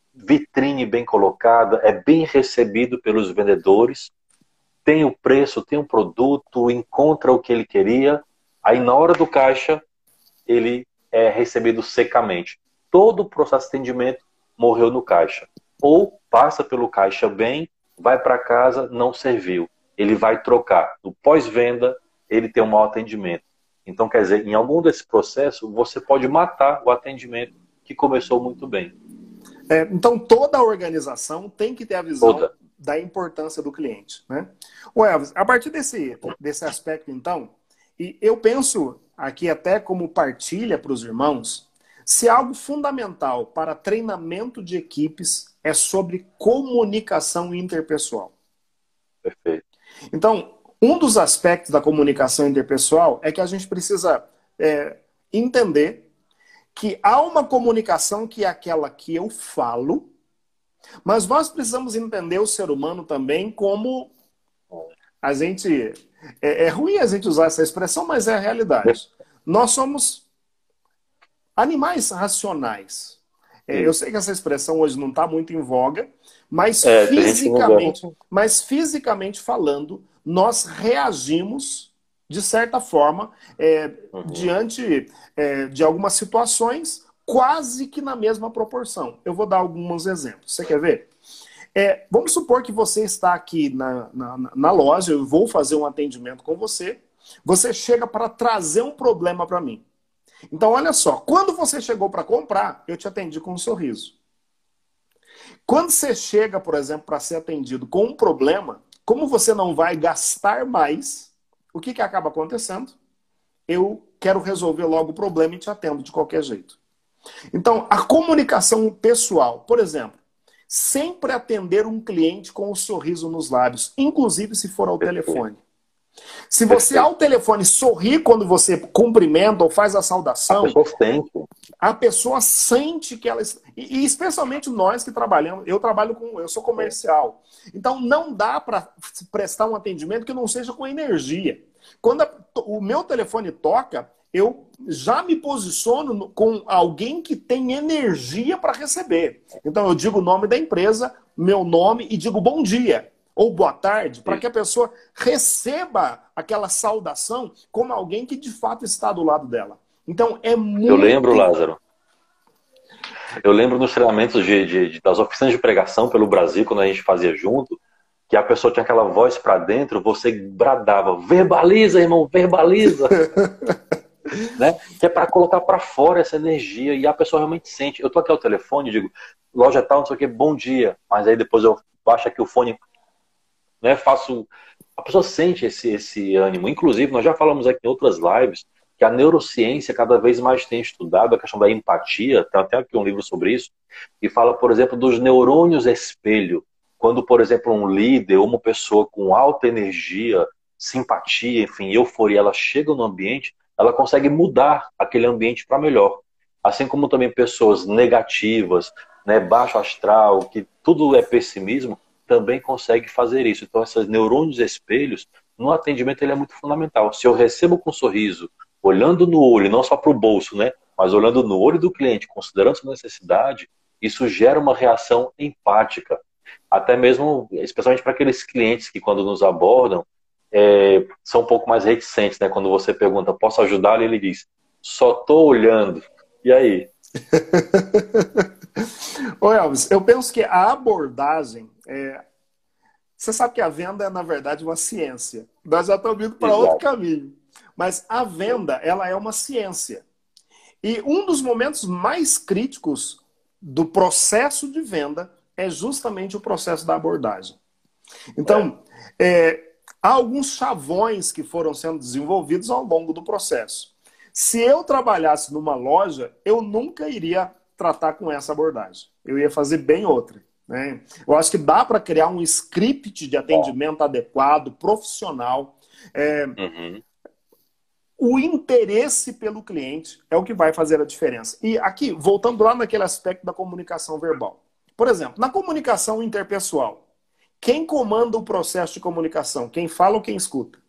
Vitrine bem colocada, é bem recebido pelos vendedores, tem o preço, tem o produto, encontra o que ele queria, aí na hora do caixa, ele é recebido secamente. Todo o processo de atendimento morreu no caixa. Ou passa pelo caixa bem, vai para casa, não serviu. Ele vai trocar. No pós-venda, ele tem um mau atendimento. Então, quer dizer, em algum desse processo, você pode matar o atendimento que começou muito bem. É, então, toda a organização tem que ter a visão toda. da importância do cliente. Né? O Elvis, a partir desse, desse aspecto, então, e eu penso aqui até como partilha para os irmãos, se algo fundamental para treinamento de equipes é sobre comunicação interpessoal. Perfeito. Então, um dos aspectos da comunicação interpessoal é que a gente precisa é, entender que há uma comunicação que é aquela que eu falo Mas nós precisamos entender o ser humano também como a gente... É, é ruim a gente usar essa expressão, mas é a realidade. Nós somos animais racionais. É, eu sei que essa expressão hoje não está muito em voga, mas, É, fisicamente, mas fisicamente falando, nós reagimos de certa forma é, uhum. diante é, de algumas situações quase que na mesma proporção. Eu vou dar alguns exemplos. Você quer ver? É, vamos supor que você está aqui na, na, na loja, eu vou fazer um atendimento com você, você chega para trazer um problema para mim. Então, olha só, quando você chegou para comprar, eu te atendi com um sorriso. Quando você chega, por exemplo, para ser atendido com um problema, como você não vai gastar mais, o que, que acaba acontecendo? Eu quero resolver logo o problema e te atendo de qualquer jeito. Então, a comunicação pessoal, por exemplo, sempre atender um cliente com um sorriso nos lábios, inclusive se for ao telefone. Se você ao telefone sorri quando você cumprimenta ou faz a saudação, a pessoa sente, a pessoa sente que ela... E, e especialmente nós que trabalhamos, eu trabalho com... Eu sou comercial. Então não dá para prestar um atendimento que não seja com energia. Quando a, o meu telefone toca, eu já me posiciono com alguém que tem energia para receber. Então eu digo o nome da empresa, meu nome e digo bom dia ou boa tarde, para que a pessoa receba aquela saudação como alguém que de fato está do lado dela. Então é muito... Eu lembro, Lázaro, eu lembro nos treinamentos de, de, de, das oficinas de pregação pelo Brasil, quando a gente fazia junto, que a pessoa tinha aquela voz para dentro, você bradava, verbaliza, irmão, verbaliza. Né? Que é para colocar para fora essa energia e a pessoa realmente sente. Eu tô aqui ao telefone e digo, loja tal, não sei o que, bom dia. Mas aí depois eu baixo aqui o fone, né, faço... A pessoa sente esse, esse ânimo. Inclusive, nós já falamos aqui em outras lives que a neurociência cada vez mais tem estudado a questão da empatia. Tem até aqui um livro sobre isso, e fala, por exemplo, dos neurônios espelho. Quando, por exemplo, um líder ou uma pessoa com alta energia, simpatia, enfim, euforia, ela chega no ambiente, ela consegue mudar aquele ambiente para melhor. Assim como também pessoas negativas, né, baixo astral, que tudo é pessimismo, também consegue fazer isso. Então, esses neurônios espelhos, no atendimento, ele é muito fundamental. Se eu recebo com um sorriso, olhando no olho, não só para o bolso, né, mas olhando no olho do cliente, considerando sua necessidade, isso gera uma reação empática. Até mesmo, especialmente para aqueles clientes que, quando nos abordam, é, são um pouco mais reticentes, né? Quando você pergunta, posso ajudá-lo? Ele diz, só tô olhando. E aí? Ô Elvis, eu penso que a abordagem... É... Você sabe que a venda é, na verdade, uma ciência. Nós já estamos indo para outro caminho. Mas a venda, ela é uma ciência. E um dos momentos mais críticos do processo de venda é justamente o processo da abordagem. Então, é. É, há alguns chavões que foram sendo desenvolvidos ao longo do processo. Se eu trabalhasse numa loja, eu nunca iria tratar com essa abordagem. Eu ia fazer bem outra. Né? Eu acho que dá para criar um script de atendimento adequado, profissional. É, uhum. O interesse pelo cliente é o que vai fazer a diferença. E aqui, voltando lá naquele aspecto da comunicação verbal. Por exemplo, na comunicação interpessoal, quem comanda o processo de comunicação? Quem fala ou quem escuta?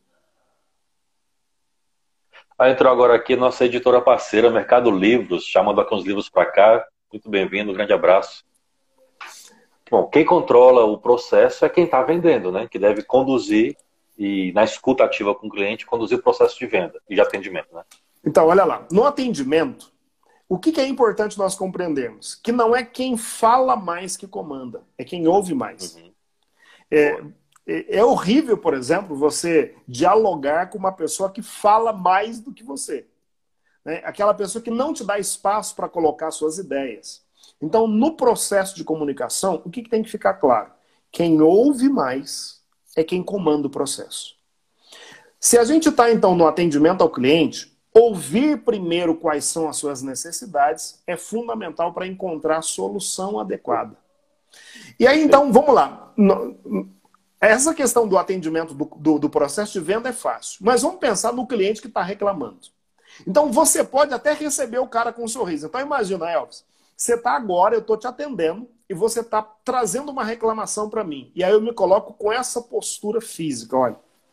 Ah, entrou agora aqui nossa editora parceira, Mercado Livros, chamando aqui uns livros para cá. Muito bem-vindo, um grande abraço. Bom, quem controla o processo é quem está vendendo, né? Que deve conduzir, e na escuta ativa com o cliente, conduzir o processo de venda e de atendimento, né? Então, olha lá. No atendimento, o que é importante nós compreendermos? Que não é quem fala mais que comanda, é quem ouve mais. Uhum. É, é horrível, por exemplo, você dialogar com uma pessoa que fala mais do que você. Né? Aquela pessoa que não te dá espaço para colocar suas ideias. Então, no processo de comunicação, o que, que tem que ficar claro? Quem ouve mais é quem comanda o processo. Se a gente está, então, no atendimento ao cliente, ouvir primeiro quais são as suas necessidades é fundamental para encontrar a solução adequada. E aí, então, vamos lá. Essa questão do atendimento do, do, do processo de venda é fácil. Mas vamos pensar no cliente que está reclamando. Então, você pode até receber o cara com um sorriso. Então, imagina, Elvis, você está agora, eu estou te atendendo, e você está trazendo uma reclamação para mim. E aí eu me coloco com essa postura física, olha.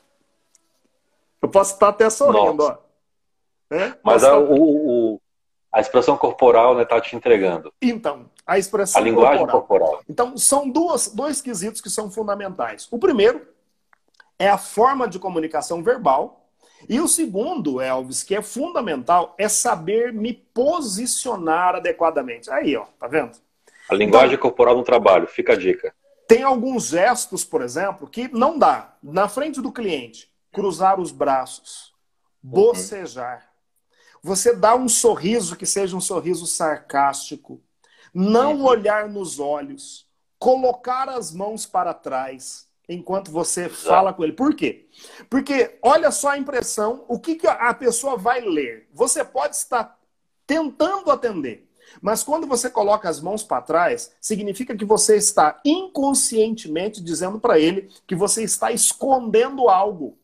Eu posso estar até sorrindo, Nossa. ó. É? Mas Posso a, estar... o, o, a expressão corporal está, né, te entregando. Então, a A expressão linguagem corporal. corporal. Então, são duas, dois quesitos que são fundamentais. O primeiro é a forma de comunicação verbal. E o segundo, Elvis, que é fundamental, é saber me posicionar adequadamente. Aí, ó, tá vendo? A linguagem Então, corporal no trabalho, fica a dica. tem alguns gestos, por exemplo, que não dá. Na frente do cliente, cruzar os braços, bocejar. Você dá um sorriso que seja um sorriso sarcástico. Não Uhum. olhar nos olhos. Colocar as mãos para trás enquanto você Exato. fala com ele. Por quê? Porque olha só a impressão, o que, que a pessoa vai ler. Você pode estar tentando atender. Mas quando você coloca as mãos para trás, significa que você está inconscientemente dizendo para ele que você está escondendo algo.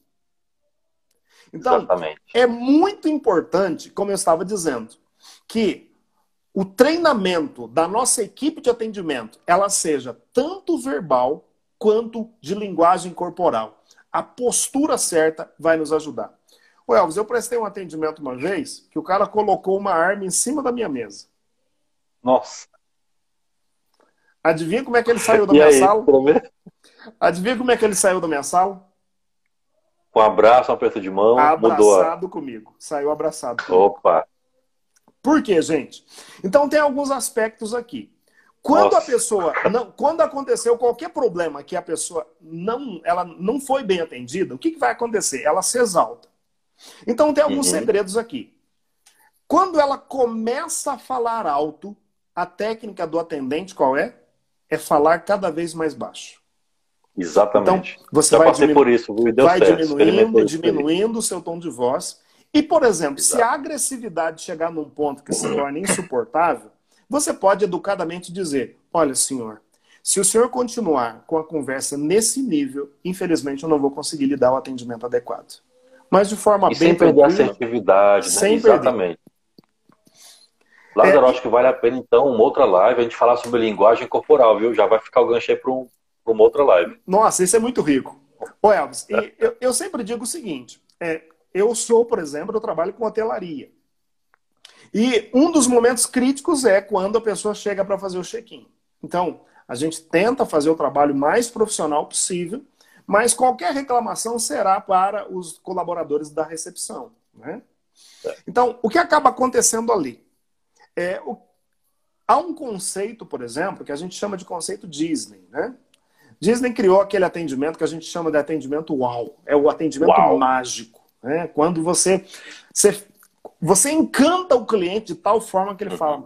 Então, Exatamente. é muito importante, como eu estava dizendo, que o treinamento da nossa equipe de atendimento, ela seja tanto verbal quanto de linguagem corporal. A postura certa vai nos ajudar. Ô Elvis, eu prestei um atendimento uma vez que o cara colocou uma arma em cima da minha mesa. Nossa. Adivinha como é que ele saiu da E minha aí, sala? pra ver? Adivinha como é que ele saiu da minha sala? Um abraço, um aperto de mão, mudou a... Abraçado comigo. Saiu abraçado comigo. Opa. Por quê, gente? Então tem alguns aspectos aqui. Quando Nossa. a pessoa não, quando aconteceu qualquer problema que a pessoa não, ela não foi bem atendida, o que, que vai acontecer? Ela se exalta. Então tem alguns Uhum. segredos aqui. Quando ela começa a falar alto, a técnica do atendente qual é? É falar cada vez mais baixo. Exatamente. Então, você Já vai, passei diminu... por isso, viu? E deu vai certo. diminuindo, Experimentei isso aí. diminuindo o seu tom de voz. E, por exemplo, Exato. se a agressividade chegar num ponto que se torna insuportável, você pode educadamente dizer, olha, senhor, se o senhor continuar com a conversa nesse nível, infelizmente eu não vou conseguir lhe dar o atendimento adequado. Mas de forma E bem sem perder a tranquila, assertividade, né? sem Exatamente. Lázaro, É, acho que vale a pena, então, uma outra live, a gente falar sobre linguagem corporal, viu? Já vai ficar o gancho aí para um, uma outra live. Nossa, isso é muito rico. Ô, Elvis, e eu, eu sempre digo o seguinte, é, eu sou, por exemplo, eu trabalho com hotelaria. E um dos momentos críticos é quando a pessoa chega para fazer o check-in. Então, a gente tenta fazer o trabalho mais profissional possível, mas qualquer reclamação será para os colaboradores da recepção, né? Então, o que acaba acontecendo ali? É, o... Há um conceito, por exemplo, que a gente chama de conceito Disney, né? Disney criou aquele atendimento que a gente chama de atendimento uau. É o atendimento Uau. mágico, né? Quando você, você, você encanta o cliente de tal forma que ele fala,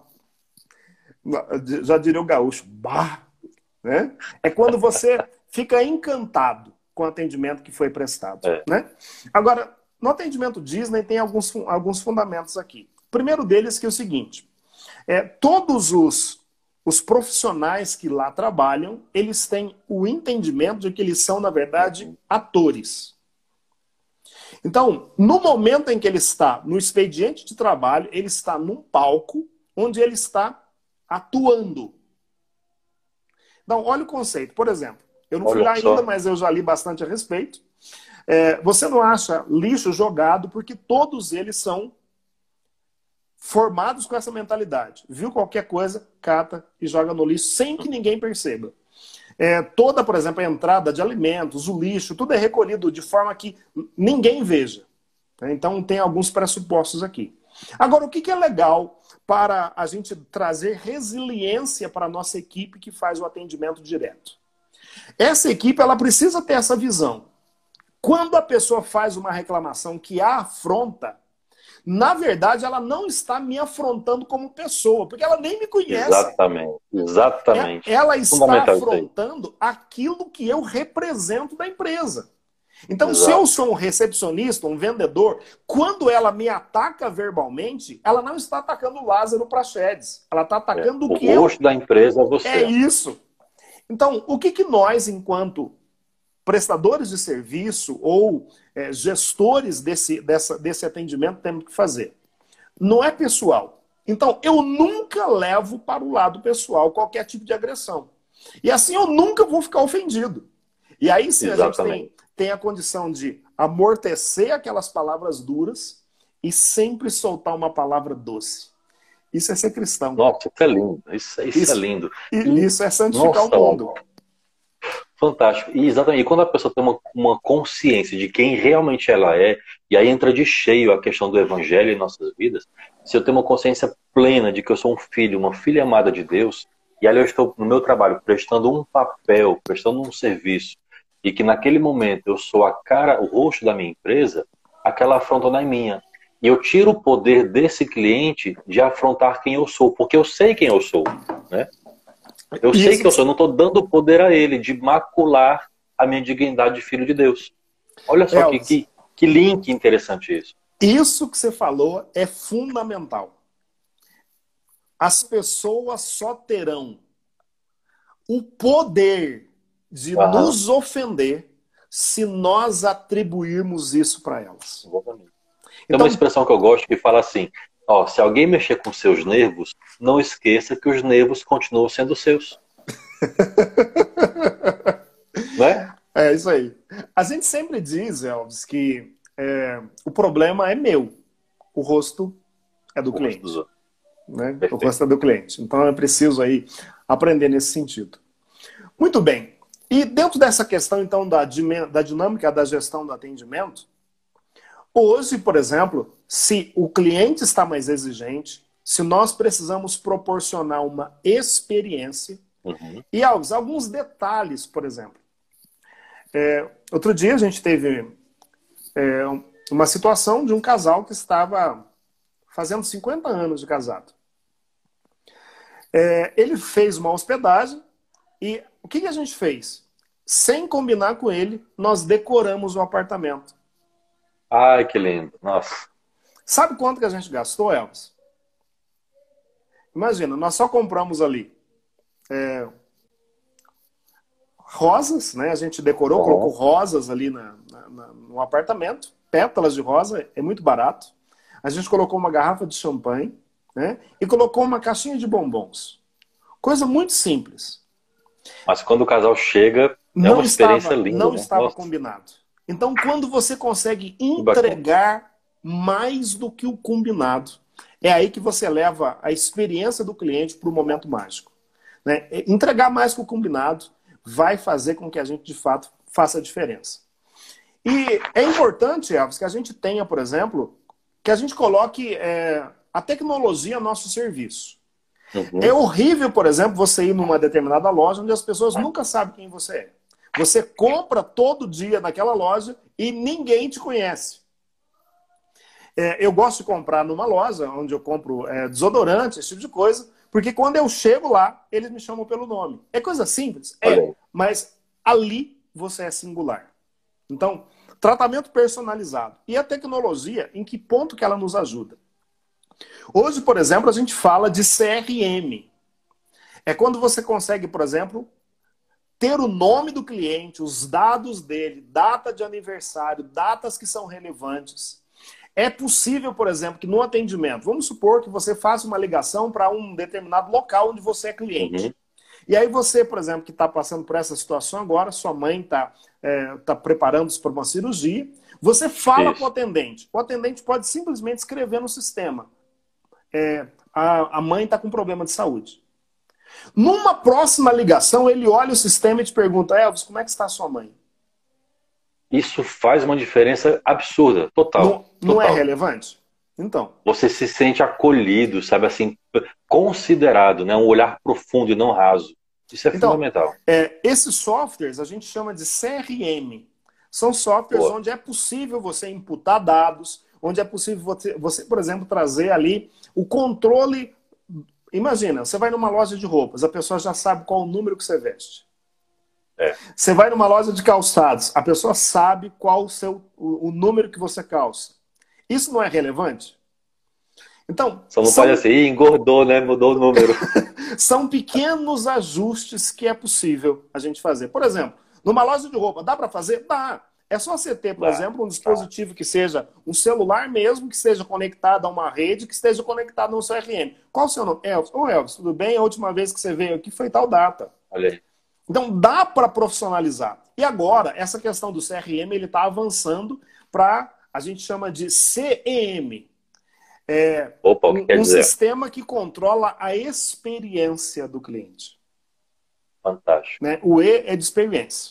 já diria o gaúcho, bah, né? É quando você fica encantado com o atendimento que foi prestado, É. né? Agora, no atendimento Disney tem alguns, alguns fundamentos aqui. O primeiro deles que é o seguinte, é, todos os, os profissionais que lá trabalham, eles têm o entendimento de que eles são, na verdade, atores. Então, no momento em que ele está no expediente de trabalho, ele está num palco onde ele está atuando. Então, olha o conceito. Por exemplo, eu não fui Olha lá só. ainda, mas eu já li bastante a respeito. É, você não acha lixo jogado porque todos eles são formados com essa mentalidade. Viu qualquer coisa, cata e joga no lixo sem que ninguém perceba. É, toda, por exemplo, a entrada de alimentos, o lixo, tudo é recolhido de forma que ninguém veja. Então tem alguns pressupostos aqui. Agora, o que é legal para a gente trazer resiliência para a nossa equipe que faz o atendimento direto? Essa equipe ela precisa ter essa visão. Quando a pessoa faz uma reclamação que a afronta, na verdade, ela não está me afrontando como pessoa, porque ela nem me conhece. Exatamente, exatamente. Ela está Fundamental afrontando aquilo que eu represento da empresa. Então, Exato. se eu sou um recepcionista, um vendedor, quando ela me ataca verbalmente, ela não está atacando o Lázaro Prachedes. Ela está atacando é. o que O rosto eu... da empresa é você. É isso. Então, o que, que nós, enquanto prestadores de serviço ou é, gestores desse, dessa, desse atendimento, temos que fazer? Não é pessoal. Então, eu nunca levo para o lado pessoal qualquer tipo de agressão. E assim eu nunca vou ficar ofendido. E aí sim a gente tem, tem a condição de amortecer aquelas palavras duras e sempre soltar uma palavra doce. Isso é ser cristão. Nossa, isso é lindo. Isso, isso, isso é lindo. E, isso é santificar nossa, o mundo. Fantástico. E exatamente. E quando a pessoa tem uma, uma consciência de quem realmente ela é, e aí entra de cheio a questão do evangelho em nossas vidas, se eu tenho uma consciência plena de que eu sou um filho, uma filha amada de Deus, e ali eu estou no meu trabalho prestando um papel, prestando um serviço, e que naquele momento eu sou a cara, o rosto da minha empresa, aquela afronta não é minha. E eu tiro o poder desse cliente de afrontar quem eu sou, porque eu sei quem eu sou, né? Eu Isso. sei que eu sou, eu não estou dando poder a ele de macular a minha dignidade de filho de Deus. Olha só que, que, que link interessante isso. Isso que você falou é fundamental. As pessoas só terão o poder de Aham. nos ofender se nós atribuirmos isso para elas. Exatamente. Tem então, uma expressão que eu gosto que fala assim, ó, se alguém mexer com seus nervos, não esqueça que os nervos continuam sendo seus. Né? É isso aí. A gente sempre diz, Elvis, que é, o problema é meu. O rosto é do o cliente. Rosto do... né? O rosto é do cliente. Então é preciso aí aprender nesse sentido. Muito bem. E dentro dessa questão, então, da, da dinâmica da gestão do atendimento, hoje, por exemplo, se o cliente está mais exigente, se nós precisamos proporcionar uma experiência, uhum. e alguns detalhes, por exemplo. É, outro dia a gente teve é, uma situação de um casal que estava fazendo cinquenta anos de casado. É, ele fez uma hospedagem e o que, que a gente fez? Sem combinar com ele, nós decoramos o apartamento. Ai, que lindo. Nossa. Sabe quanto que a gente gastou, Elvis? Imagina, nós só compramos ali é, rosas, né? A gente decorou, uhum. colocou rosas ali na, na, na, no apartamento, pétalas de rosa, é muito barato. A gente colocou uma garrafa de champanhe, né? E colocou uma caixinha de bombons. Coisa muito simples. Mas quando o casal chega, é não uma experiência estava, linda. Não né? estava Nossa. combinado. Então, quando você consegue entregar mais do que o combinado, é aí que você leva a experiência do cliente para o momento mágico. Né? Entregar mais que o combinado vai fazer com que a gente, de fato, faça a diferença. E é importante, Elvis, que a gente tenha, por exemplo, que a gente coloque é, a tecnologia a nosso serviço. Uhum. É horrível, por exemplo, você ir numa determinada loja onde as pessoas nunca sabem quem você é. Você compra todo dia naquela loja e ninguém te conhece. É, eu gosto de comprar numa loja onde eu compro é, desodorante, esse tipo de coisa, porque quando eu chego lá, eles me chamam pelo nome. É coisa simples? É, Olha. Mas ali você é singular. Então, tratamento personalizado. E a tecnologia, em que ponto que ela nos ajuda? Hoje, por exemplo, a gente fala de C R M. É quando você consegue, por exemplo, ter o nome do cliente, os dados dele, data de aniversário, datas que são relevantes. É possível, por exemplo, que no atendimento, vamos supor que você faça uma ligação para um determinado local onde você é cliente. Uhum. E aí você, por exemplo, que está passando por essa situação agora, sua mãe está é, tá preparando-se para uma cirurgia, você fala com o atendente. O atendente pode simplesmente escrever no sistema. É, a, a mãe está com problema de saúde. Numa próxima ligação, ele olha o sistema e te pergunta, Elvis, como é que está a sua mãe? Isso faz uma diferença absurda, total. Não, total. não é relevante? Então. Você se sente acolhido, sabe assim, considerado, né? Um olhar profundo e não raso. Isso é então, fundamental. É, esses softwares a gente chama de C R M. São softwares Pô. onde é possível você imputar dados, onde é possível você, você, por exemplo, trazer ali o controle. Imagina, você vai numa loja de roupas, a pessoa já sabe qual o número que você veste. É. Você vai numa loja de calçados, a pessoa sabe qual o, seu, o, o número que você calça. Isso não é relevante? Então, só não são... pode assim, engordou, né? Mudou o número. São pequenos ajustes que é possível a gente fazer. Por exemplo, numa loja de roupa, dá para fazer? Dá. É só você ter, por Dá, exemplo, um tá. dispositivo que seja um celular mesmo, que esteja conectado a uma rede, que esteja conectado no C R M. Qual o seu nome? Elvis. Ô, Elvis, tudo bem? A última vez que você veio aqui foi tal data. Olha aí. Então, dá para profissionalizar. E agora, essa questão do C R M, ele está avançando para, a gente chama de C E M. É Opa, o que quer um, um dizer? sistema que controla a experiência do cliente. Fantástico. Né? O E é de experiência.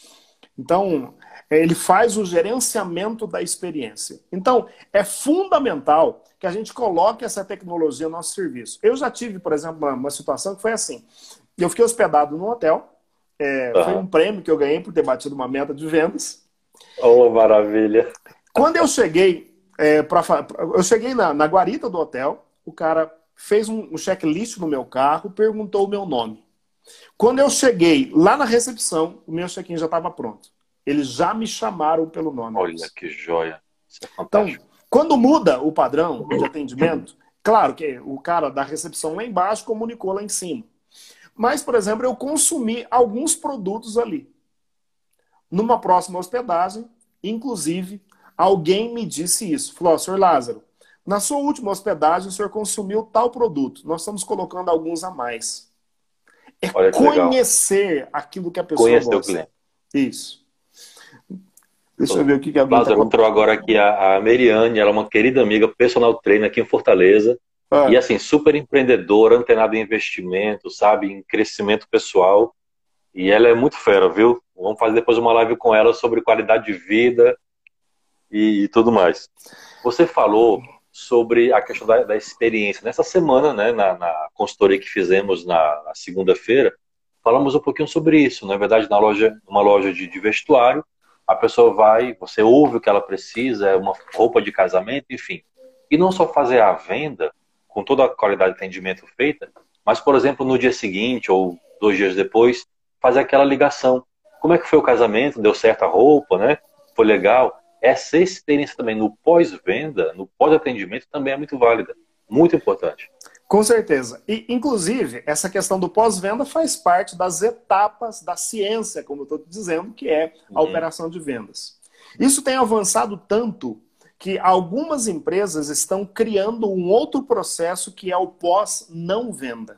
Então, ele faz o gerenciamento da experiência. Então, é fundamental que a gente coloque essa tecnologia no nosso serviço. Eu já tive, por exemplo, uma, uma situação que foi assim. Eu fiquei hospedado num hotel. É, foi Uhum. um prêmio que eu ganhei por ter batido uma meta de vendas. Oh, maravilha. Quando eu cheguei, é, pra, eu cheguei na, na guarita do hotel, o cara fez um, um checklist no meu carro, perguntou o meu nome. Quando eu cheguei lá na recepção, o meu check-in já estava pronto. Eles já me chamaram pelo nome. Olha que joia. Isso é Então, fantástico. quando muda o padrão de atendimento, claro que o cara da recepção lá embaixo comunicou lá em cima. Mas, por exemplo, eu consumi alguns produtos ali. Numa próxima hospedagem, inclusive, alguém me disse isso. Falou, senhor Lázaro, na sua última hospedagem o senhor consumiu tal produto. Nós estamos colocando alguns a mais. É Olha que legal. conhecer aquilo que a pessoa Conhecer o gosta. cliente. Isso. Deixa eu ver o que, que alguém Lázaro, tá... entrou agora aqui a, a Meriane, ela é uma querida amiga, personal trainer aqui em Fortaleza. Ah. E assim, super empreendedora, antenada em investimento, sabe, em crescimento pessoal. E ela é muito fera, viu? Vamos fazer depois uma live com ela sobre qualidade de vida e, e tudo mais. Você falou sobre a questão da, da experiência. Nessa semana, né, na, na consultoria que fizemos na, na segunda-feira, falamos um pouquinho sobre isso. Na verdade, na loja, numa loja de, de vestuário, a pessoa vai, você ouve o que ela precisa, é uma roupa de casamento, enfim. E não só fazer a venda, com toda a qualidade de atendimento feita, mas, por exemplo, no dia seguinte ou dois dias depois, fazer aquela ligação. Como é que foi o casamento? Deu certo a roupa, né? Foi legal? Essa experiência também no pós-venda, no pós-atendimento, também é muito válida. Muito importante. Com certeza. E, inclusive, essa questão do pós-venda faz parte das etapas da ciência, como eu estou dizendo, que é a Uhum. operação de vendas. Isso tem avançado tanto que algumas empresas estão criando um outro processo que é o pós-não-venda.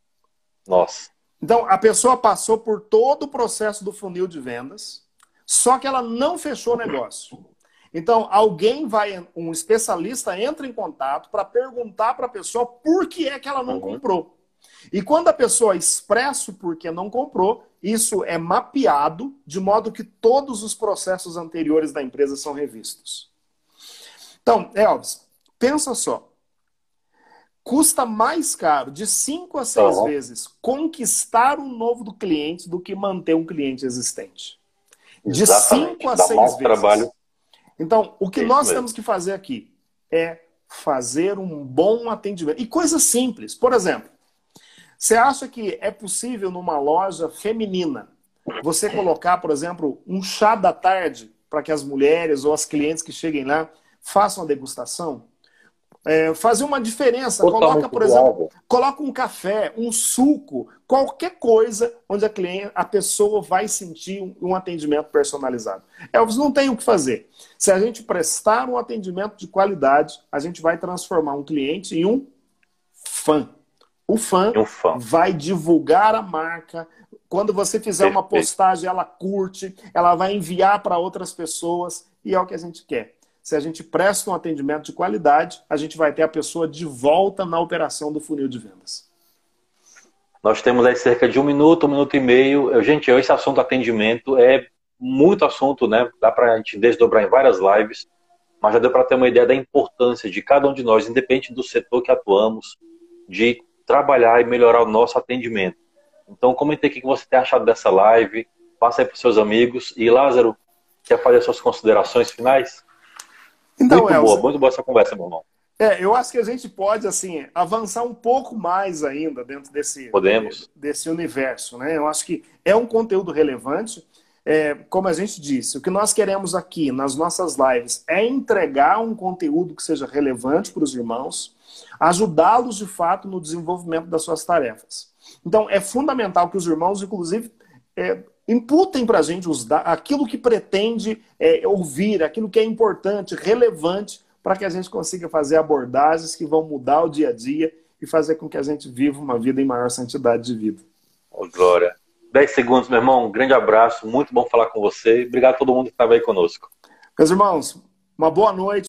Nossa. Então, a pessoa passou por todo o processo do funil de vendas, só que ela não fechou o negócio. Então, alguém vai, um especialista entra em contato para perguntar para a pessoa por que é que ela não Uhum. comprou. E quando a pessoa expressa o porquê não comprou, isso é mapeado de modo que todos os processos anteriores da empresa são revistos. Então, Elvis, pensa só. Custa mais caro, de cinco a seis Uhum. vezes, conquistar um novo do cliente do que manter um cliente existente. De Exatamente. cinco a Dá seis mais vezes. trabalho. Então, o que É isso nós mesmo. temos que fazer aqui é fazer um bom atendimento. E coisas simples. Por exemplo, você acha que é possível numa loja feminina você colocar, por exemplo, um chá da tarde para que as mulheres ou as clientes que cheguem lá façam a degustação? É, fazer uma diferença, coloca, por exemplo, coloca um café, um suco, qualquer coisa onde a, cliente, a pessoa vai sentir um, um atendimento personalizado. Elvis, não tem o que fazer. Se a gente prestar um atendimento de qualidade, a gente vai transformar um cliente em um fã. O fã, um fã. vai divulgar a marca. Quando você fizer Perfeito. uma postagem, ela curte, ela vai enviar para outras pessoas e é o que a gente quer. Se a gente presta um atendimento de qualidade, a gente vai ter a pessoa de volta na operação do funil de vendas. Nós temos aí cerca de um minuto, um minuto e meio. Eu, gente, esse assunto atendimento é muito assunto, né? Dá para a gente desdobrar em várias lives, mas já deu para ter uma ideia da importância de cada um de nós, independente do setor que atuamos, de trabalhar e melhorar o nosso atendimento. Então, comente aqui o que você tem achado dessa live, passa aí para os seus amigos. E, Lázaro, quer fazer suas considerações finais? Então, muito Elza, boa, muito boa essa conversa, meu irmão. É, eu acho que a gente pode, assim, avançar um pouco mais ainda dentro desse, Podemos. desse universo, né? Eu acho que é um conteúdo relevante. É, como a gente disse, o que nós queremos aqui nas nossas lives é entregar um conteúdo que seja relevante para os irmãos, ajudá-los de fato no desenvolvimento das suas tarefas. Então, é fundamental que os irmãos, inclusive, é, imputem para a gente os da aquilo que pretende é, ouvir, aquilo que é importante, relevante, para que a gente consiga fazer abordagens que vão mudar o dia a dia e fazer com que a gente viva uma vida em maior santidade de vida. Oh, glória. Dez segundos, meu irmão. Um grande abraço. Muito bom falar com você. Obrigado a todo mundo que estava aí conosco. Meus irmãos, uma boa noite.